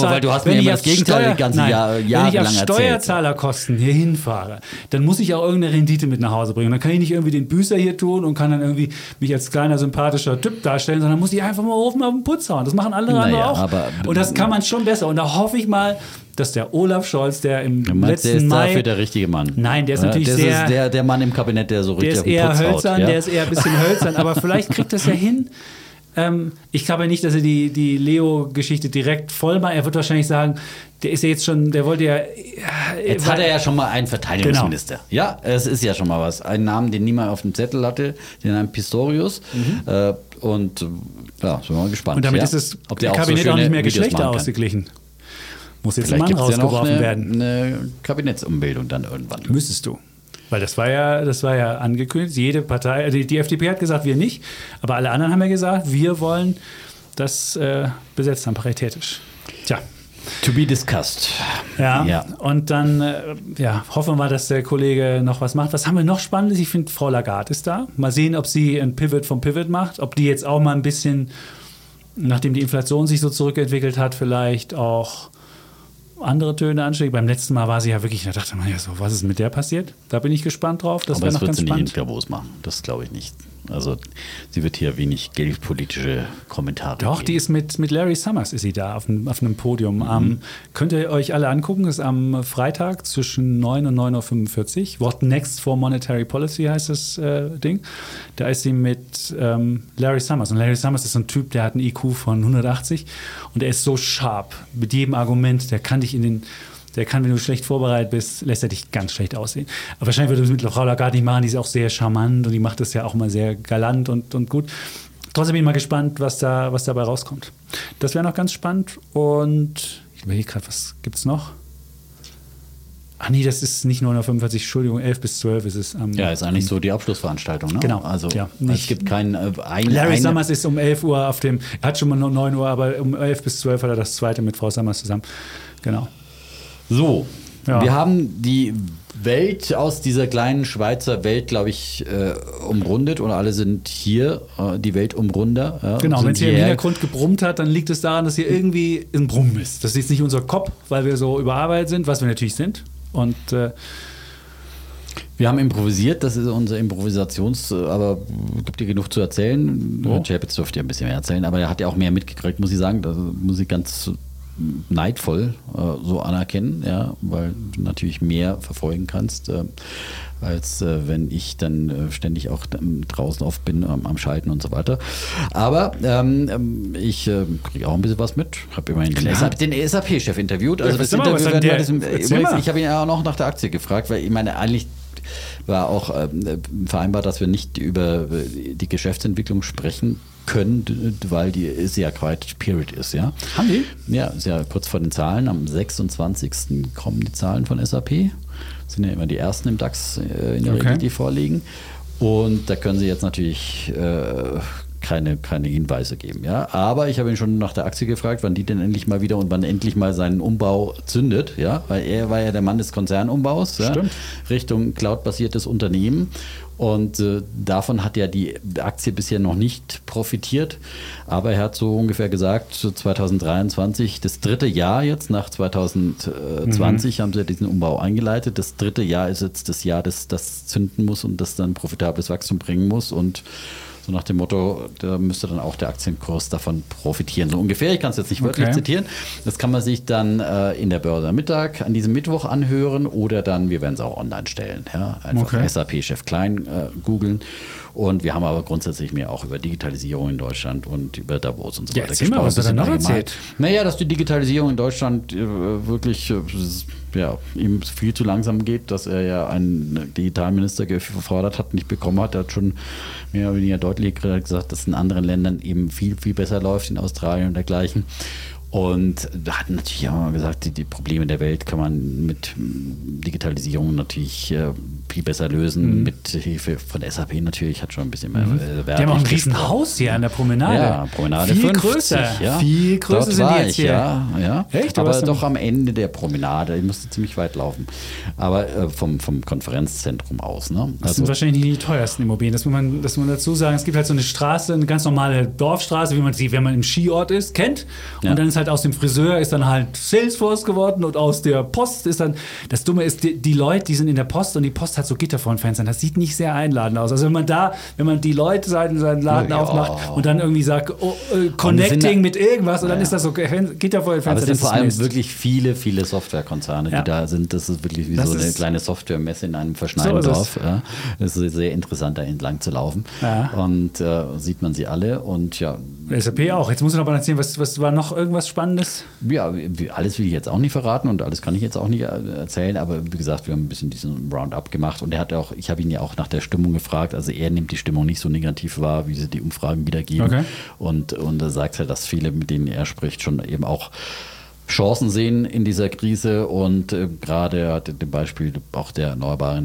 Steuerzahlerkosten hier hinfahre, dann muss ich auch irgendeine Rendite mit nach Hause bringen. Dann kann ich nicht irgendwie den Büßer hier tun und kann dann irgendwie mich als kleiner, sympathischer Typ darstellen, sondern muss ich einfach mal oben auf den Putz hauen. Das machen andere auch. Und das kann man schon besser. Und da hoffe ich mal, dass der Olaf Scholz, der im letzten Mai... Der ist dafür der richtige Mann. Nein, der ist natürlich sehr... Das ist der Mann im Kabinett, der so richtig auf den Putz haut. Der ist eher ein bisschen hölzern, aber vielleicht kriegt das ja hin. Ich glaube nicht, dass er die Leo-Geschichte direkt voll macht. Er wird wahrscheinlich sagen, der ist ja jetzt schon, der wollte ja... Jetzt hat er ja schon mal einen Verteidigungsminister. Genau. Ja, es ist ja schon mal was. Einen Namen, den niemand auf dem Zettel hatte, den Namen Pistorius. Und sind wir mal gespannt. Und damit ist das Kabinett auch nicht mehr Geschlechter ausgeglichen. Muss jetzt ein Mann rausgeworfen werden. Eine Kabinettsumbildung dann irgendwann. Müsstest du. Weil das war ja angekündigt. Jede Partei, die FDP hat gesagt, wir nicht. Aber alle anderen haben ja gesagt, wir wollen das besetzt haben, paritätisch. Tja. To be discussed. Ja. Und dann hoffen wir mal, dass der Kollege noch was macht. Was haben wir noch Spannendes? Ich finde, Frau Lagarde ist da. Mal sehen, ob sie ein Pivot vom Pivot macht. Ob die jetzt auch mal ein bisschen, nachdem die Inflation sich so zurückentwickelt hat, vielleicht auch andere Töne anschlägt. Beim letzten Mal war sie ja wirklich, da dachte man ja so, was ist mit der passiert? Da bin ich gespannt drauf. Das wäre noch ganz spannend. Aber das wird sie nicht in Davos machen. Das glaube ich nicht. Also sie wird hier wenig geldpolitische Kommentare Doch, geben. Die ist mit Larry Summers ist sie da auf einem Podium. Könnt ihr euch alle angucken, das ist am Freitag zwischen 9 und 9.45 Uhr. What Next for Monetary Policy heißt das Ding. Da ist sie mit Larry Summers. Und Larry Summers ist so ein Typ, der hat einen IQ von 180 und er ist so sharp mit jedem Argument. Der kann, wenn du schlecht vorbereitet bist, lässt er dich ganz schlecht aussehen. Aber wahrscheinlich würde es mit Frau Lagarde nicht machen, die ist auch sehr charmant und die macht das ja auch mal sehr galant und gut. Trotzdem bin ich mal gespannt, was dabei rauskommt. Das wäre noch ganz spannend und ich überlege gerade, was gibt es noch? Ach nee, das ist nicht 9.45 Uhr, Entschuldigung, 11 bis 12 ist es. Ja, ist eigentlich so die Abschlussveranstaltung, ne? Genau. Also ja, es gibt keinen Larry Summers ist um 11 Uhr er hat schon mal 9 Uhr, aber um 11 bis 12 hat er das zweite mit Frau Summers zusammen. Genau. So, ja. Wir haben die Welt aus dieser kleinen Schweizer Welt, glaube ich, umrundet und alle sind hier, die Welt umrunder. Ja, genau, wenn es hier im Hintergrund gebrummt hat, dann liegt es daran, dass hier irgendwie ein Brummen ist. Das ist jetzt nicht unser Kopf, weil wir so überarbeitet sind, was wir natürlich sind. Und wir haben improvisiert, das ist unser aber gibt dir genug zu erzählen. Chapitz dürfte ja ein bisschen mehr erzählen, aber er hat ja auch mehr mitgekriegt, muss ich sagen. Das muss ich ganz neidvoll so anerkennen, ja, weil du natürlich mehr verfolgen kannst, als wenn ich dann ständig auch draußen oft bin am Schalten und so weiter. Aber ich kriege auch ein bisschen was mit. Ich habe immerhin den SAP-Chef interviewt. Also das Interview ich habe ihn ja auch noch nach der Aktie gefragt, weil ich meine, eigentlich war auch vereinbart, dass wir nicht über die Geschäftsentwicklung sprechen können, weil die ist ja Quiet Period ist, ja. Haben die? Ja, ist ja kurz vor den Zahlen. Am 26. kommen die Zahlen von SAP. Das sind ja immer die ersten im DAX in der Regel, die vorliegen. Und da können sie jetzt natürlich keine Hinweise geben, ja. Aber ich habe ihn schon nach der Aktie gefragt, wann die denn endlich mal wieder und wann endlich mal seinen Umbau zündet, ja. Weil er war ja der Mann des Konzernumbaus, ja, Richtung cloud-basiertes Unternehmen. Und davon hat ja die Aktie bisher noch nicht profitiert. Aber er hat so ungefähr gesagt, 2023, das dritte Jahr jetzt, nach 2020 haben sie diesen Umbau eingeleitet. Das dritte Jahr ist jetzt das Jahr, das zünden muss und das dann profitables Wachstum bringen muss. Und so nach dem Motto, da müsste dann auch der Aktienkurs davon profitieren. So ungefähr, ich kann es jetzt nicht wörtlich zitieren. Das kann man sich dann in der Börse am Mittag an diesem Mittwoch anhören oder dann, wir werden es auch online stellen. Ja? Einfach SAP-Chef Klein googeln. Und wir haben aber grundsätzlich mehr auch über Digitalisierung in Deutschland und über Davos und so weiter gesprochen. Mal, was du dann noch erzählt? Naja, dass die Digitalisierung in Deutschland wirklich ihm viel zu langsam geht, dass er ja einen Digitalminister gefordert hat, nicht bekommen hat. Er hat schon mehr oder weniger deutlich gesagt, dass es in anderen Ländern eben viel, viel besser läuft, in Australien und dergleichen. Und da hat natürlich auch mal gesagt, die Probleme der Welt kann man mit Digitalisierung natürlich viel besser lösen, mit Hilfe von SAP natürlich, hat schon ein bisschen mehr Wert. Die haben auch ein Riesenhaus hier an der Promenade. Ja, Promenade viel 50. Größer. Ja. Viel größer dort sind war die jetzt ich, hier. Ja. Echt? Aber doch am Ende der Promenade. Ich musste ziemlich weit laufen. Aber vom Konferenzzentrum aus. Ne? Das sind wahrscheinlich die teuersten Immobilien. Das muss man dazu sagen. Es gibt halt so eine Straße, eine ganz normale Dorfstraße, wie man sie, wenn man im Skiort ist, kennt. Und dann ist halt aus dem Friseur ist dann halt Salesforce geworden und aus der Post ist dann, das Dumme ist, die Leute, die sind in der Post und die Post hat so Gitter vor den Fenstern. Das sieht nicht sehr einladend aus. Also wenn man die Leute seinen Laden aufmacht und dann irgendwie sagt, Connecting mit irgendwas und dann ist das so Gitter vor den Fenstern. Aber es sind vor allem wirklich viele, viele Softwarekonzerne, die da sind. Das ist wirklich wie so eine kleine Softwaremesse in einem verschneiten Dorf. Ja. Es ist sehr interessant, da entlang zu laufen. Ja. Und sieht man sie alle und ja. SAP auch. Jetzt muss ich noch mal erzählen, was war noch irgendwas Spannendes? Ja, alles will ich jetzt auch nicht verraten und alles kann ich jetzt auch nicht erzählen, aber wie gesagt, wir haben ein bisschen diesen Roundup gemacht und ich habe ihn ja auch nach der Stimmung gefragt, also er nimmt die Stimmung nicht so negativ wahr, wie sie die Umfragen wiedergeben und er sagt ja, dass viele, mit denen er spricht, schon eben auch Chancen sehen in dieser Krise und gerade hat dem Beispiel auch der erneuerbaren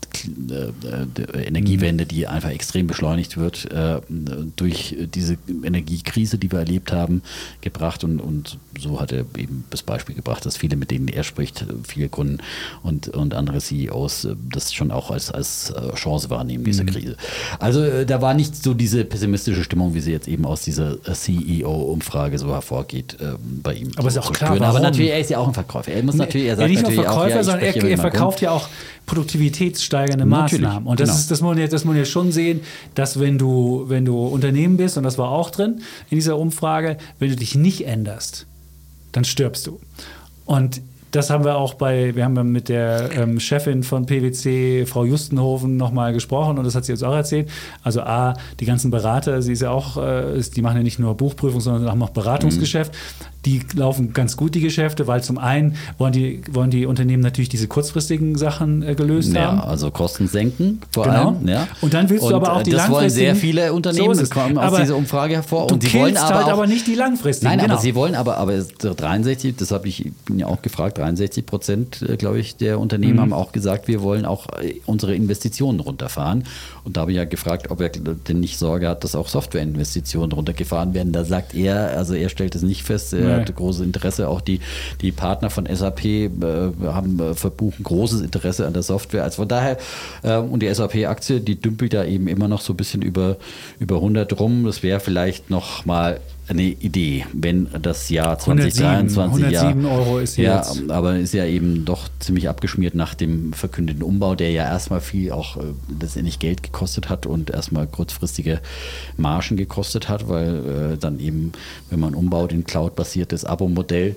Energiewende, die einfach extrem beschleunigt wird durch diese Energiekrise, die wir erlebt haben, gebracht. Und so hat er eben das Beispiel gebracht, dass viele, mit denen er spricht, viele Kunden und andere CEOs das schon auch als Chance wahrnehmen, diese Krise. Also da war nicht so diese pessimistische Stimmung, wie sie jetzt eben aus dieser CEO-Umfrage so hervorgeht bei ihm. Aber ist auch klar, aber natürlich, er ist ja auch ein Verkäufer. Er muss natürlich, er sagt nicht nur natürlich Verkäufer, auch, sondern er verkauft ja auch produktivitätssteigernde Maßnahmen. Und das muss man ja schon sehen, dass wenn du Unternehmen bist, und das war auch drin in dieser Umfrage, wenn du dich nicht änderst, dann stirbst du. Und das haben wir auch wir haben mit der Chefin von PwC, Frau Justenhofen, nochmal gesprochen und das hat sie uns auch erzählt. Also die ganzen Berater, sie ist ja auch, die machen ja nicht nur Buchprüfung, sondern haben auch Beratungsgeschäft. Die laufen ganz gut, die Geschäfte, weil zum einen wollen die Unternehmen natürlich diese kurzfristigen Sachen gelöst haben. Ja, also Kosten senken vor allem. Ja. Und dann willst du aber auch die langfristigen. Das wollen sehr viele Unternehmen, das kommen aus dieser Umfrage hervor. Und sie wollen aber nicht die langfristigen. Nein, aber sie wollen aber 63, das habe ich ja auch gefragt, 63%, glaube ich, der Unternehmen haben auch gesagt, wir wollen auch unsere Investitionen runterfahren. Und da habe ich ja gefragt, ob er denn nicht Sorge hat, dass auch Softwareinvestitionen runtergefahren werden. Da sagt er, also er stellt es nicht fest, er hat großes Interesse. Auch die Partner von SAP verbuchen großes Interesse an der Software. Also von daher, und die SAP-Aktie, die dümpelt da eben immer noch so ein bisschen über 100 rum. Das wäre vielleicht noch mal eine Idee, wenn das Jahr 2023 107 Euro ist jetzt. Ja, aber ist ja eben doch ziemlich abgeschmiert nach dem verkündeten Umbau, der ja erstmal viel auch letztendlich Geld gekostet hat und erstmal kurzfristige Margen gekostet hat, weil dann eben, wenn man umbaut in Cloud-basiertes Abo-Modell,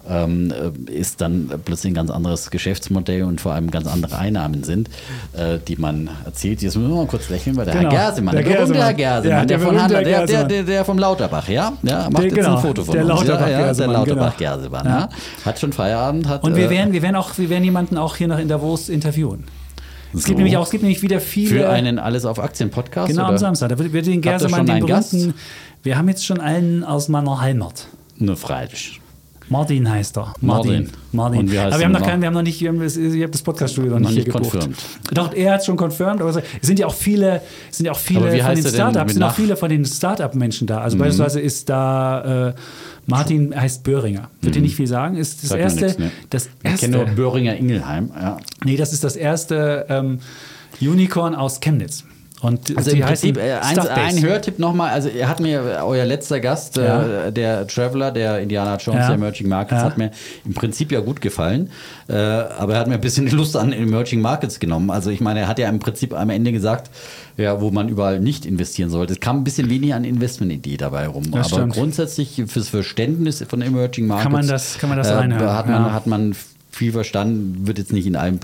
ist dann plötzlich ein ganz anderes Geschäftsmodell und vor allem ganz andere Einnahmen sind, die man erzielt. Jetzt müssen wir mal kurz lächeln, weil der Herr Gersemann, der berühmte Herr Gersemann, der vom Lauterbach, macht jetzt ein Foto von uns. Der Lauterbach-Gersemann, hat schon Feierabend. Und wir werden jemanden auch hier noch in Davos interviewen. Es gibt nämlich wieder viele. Für einen Alles auf Aktien-Podcast? Genau, am Samstag. Da wird den Gersemann, den berühmten. Wir haben jetzt schon einen aus meiner Heimat. Nur freilich. Martin heißt er. Martin. Und wie heißt aber ich habe das Podcast-Studio noch nicht gebucht. Confirmed. Doch, er hat schon confirmed, aber es sind ja auch viele von den Startups, sind auch viele von den Startup-Menschen da. Also beispielsweise ist da Martin heißt Böhringer. Wird dir nicht viel sagen? Ist das erste. Ich kenne nur Böhringer Ingelheim. Ja. Nee, das ist das erste Unicorn aus Chemnitz. Und also im Prinzip ein Hörtipp nochmal, also er hat mir, euer letzter Gast, der Traveler, der Indiana Jones, der Emerging Markets, hat mir im Prinzip ja gut gefallen, aber er hat mir ein bisschen die Lust an Emerging Markets genommen. Also ich meine, er hat ja im Prinzip am Ende gesagt, wo man überall nicht investieren sollte. Es kam ein bisschen weniger an Investmentidee dabei rum, aber stimmt. Grundsätzlich fürs Verständnis von Emerging Markets kann man das reinhören. Hat man viel verstanden, wird jetzt nicht in allem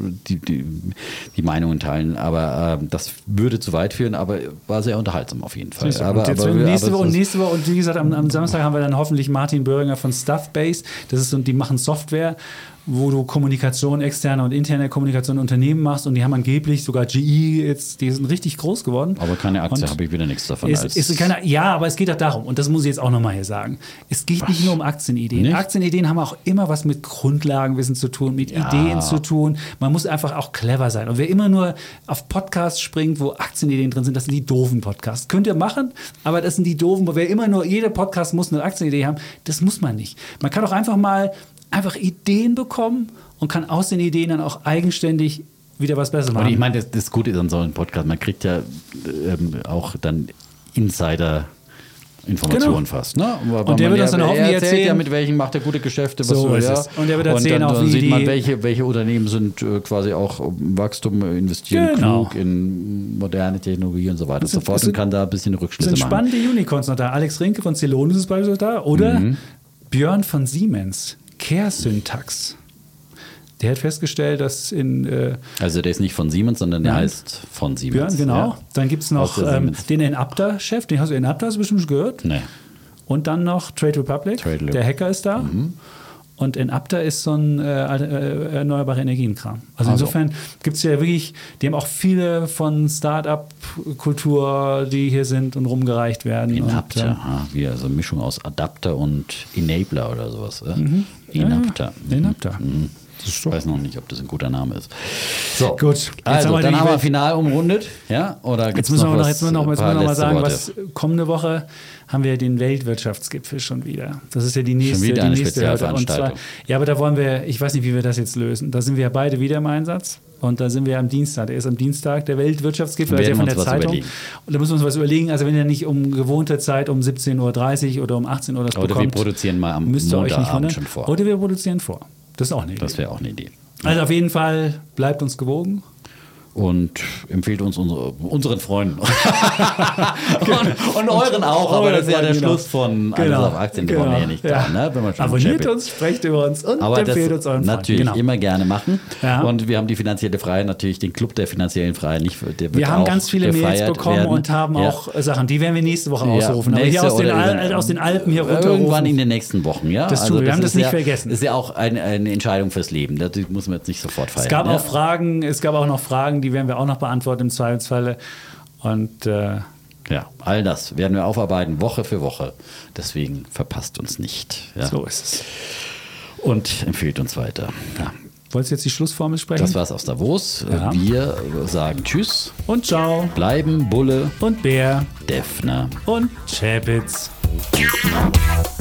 die Meinungen teilen, aber das würde zu weit führen, aber war sehr unterhaltsam auf jeden Fall. Nächste Woche, und wie gesagt, am Samstag haben wir dann hoffentlich Martin Böhringer von Stuffbase. Die machen Software, wo du Kommunikation, externe und interne Kommunikation in Unternehmen machst, und die haben angeblich sogar GE jetzt, die sind richtig groß geworden. Aber keine Aktie, habe ich wieder nichts davon. Aber es geht auch darum, und das muss ich jetzt auch nochmal hier sagen, es geht nicht nur um Aktienideen. Nicht? Aktienideen haben auch immer was mit Grundlagenwissen zu tun, mit Ideen zu tun. Man muss einfach auch clever sein. Und wer immer nur auf Podcasts springt, wo Aktienideen drin sind, das sind die doofen Podcasts. Könnt ihr machen, aber das sind die doofen, jeder Podcast muss eine Aktienidee haben, das muss man nicht. Man kann auch einfach Ideen bekommen und kann aus den Ideen dann auch eigenständig wieder was Besseres machen. Und ich meine, das Gute ist an so einem Podcast, man kriegt ja auch dann Insider-Informationen fast. Ne? Und der wird uns dann hoffentlich erzählen, ja, mit welchen macht er gute Geschäfte. So ist es. Und der wird erzählen, dann sieht man, welche Unternehmen sind quasi auch Wachstum, investieren klug in moderne Technologie und so weiter und so fort und kann da ein bisschen Rückschlüsse machen. Sind spannende Unicorns noch da. Alex Rinke von Celonis ist beispielsweise da. Oder Björn von Siemens. Care-Syntax. Der hat festgestellt, dass also der ist nicht von Siemens, sondern der heißt von Siemens. Björn, genau. Ja. Dann gibt es noch den Enapter-Chef, den hast du bestimmt schon gehört. Nee. Und dann noch Trade Republic, der Hacker ist da. Und Enapter ist so ein erneuerbare Energienkram. Also insofern gibt es ja wirklich, die haben auch viele von Start-up-Kultur, die hier sind und rumgereicht werden. Enapter, wie also eine Mischung aus Adapter und Enabler oder sowas. Enapter. Enapter. Ich weiß noch nicht, ob das ein guter Name ist. So, gut. Jetzt also, dann haben wir final umrundet. Ja? Oder jetzt müssen wir noch mal sagen, was kommende Woche haben wir den Weltwirtschaftsgipfel schon wieder. Das ist ja die nächste. Schon wieder eine Spezialveranstaltung. Ja, aber da wollen wir, ich weiß nicht, wie wir das jetzt lösen. Da sind wir ja beide wieder im Einsatz. Und da sind wir am Dienstag. Der ist am Dienstag, der Weltwirtschaftsgipfel, also von der Zeitung. Überlegen. Und da müssen wir uns was überlegen. Also wenn ihr nicht um gewohnte Zeit um 17.30 Uhr oder um 18 Uhr das bekommt. Oder wir produzieren mal am Montagabend schon vor. Oder wir produzieren vor. Das ist auch eine Idee. Das wäre auch eine Idee. Also auf jeden Fall bleibt uns gewogen. Und empfiehlt uns unseren Freunden. und euren auch, aber das ist ja der Schluss von Alles auf Aktien, die wollen wir ja nicht da. Ne? Wenn man schon abonniert uns, sprecht über uns und empfehlt uns euren Freunden. Natürlich immer gerne machen. Ja. Und wir haben die finanzielle Freiheit, natürlich den Club der finanziellen Freiheit nicht. Wir haben ganz viele Mails bekommen und haben auch Sachen, die werden wir nächste Woche ausrufen. Aber hier aus den Alpen hier runter. Irgendwann in den nächsten Wochen, ja. Das tun wir, haben das nicht vergessen. Das ist ja auch eine Entscheidung fürs Leben. Das muss man jetzt nicht sofort feiern. Es gab auch noch Fragen, die werden wir auch noch beantworten im Zweifelsfalle. Und ja, all das werden wir aufarbeiten, Woche für Woche. Deswegen verpasst uns nicht. Ja. So ist es. Und empfiehlt uns weiter. Ja. Wolltest du jetzt die Schlussformel sprechen? Das war's aus Davos. Ja. Wir sagen Tschüss. Und ciao. Bleiben Bulle und Bär. Defner und Chapitz.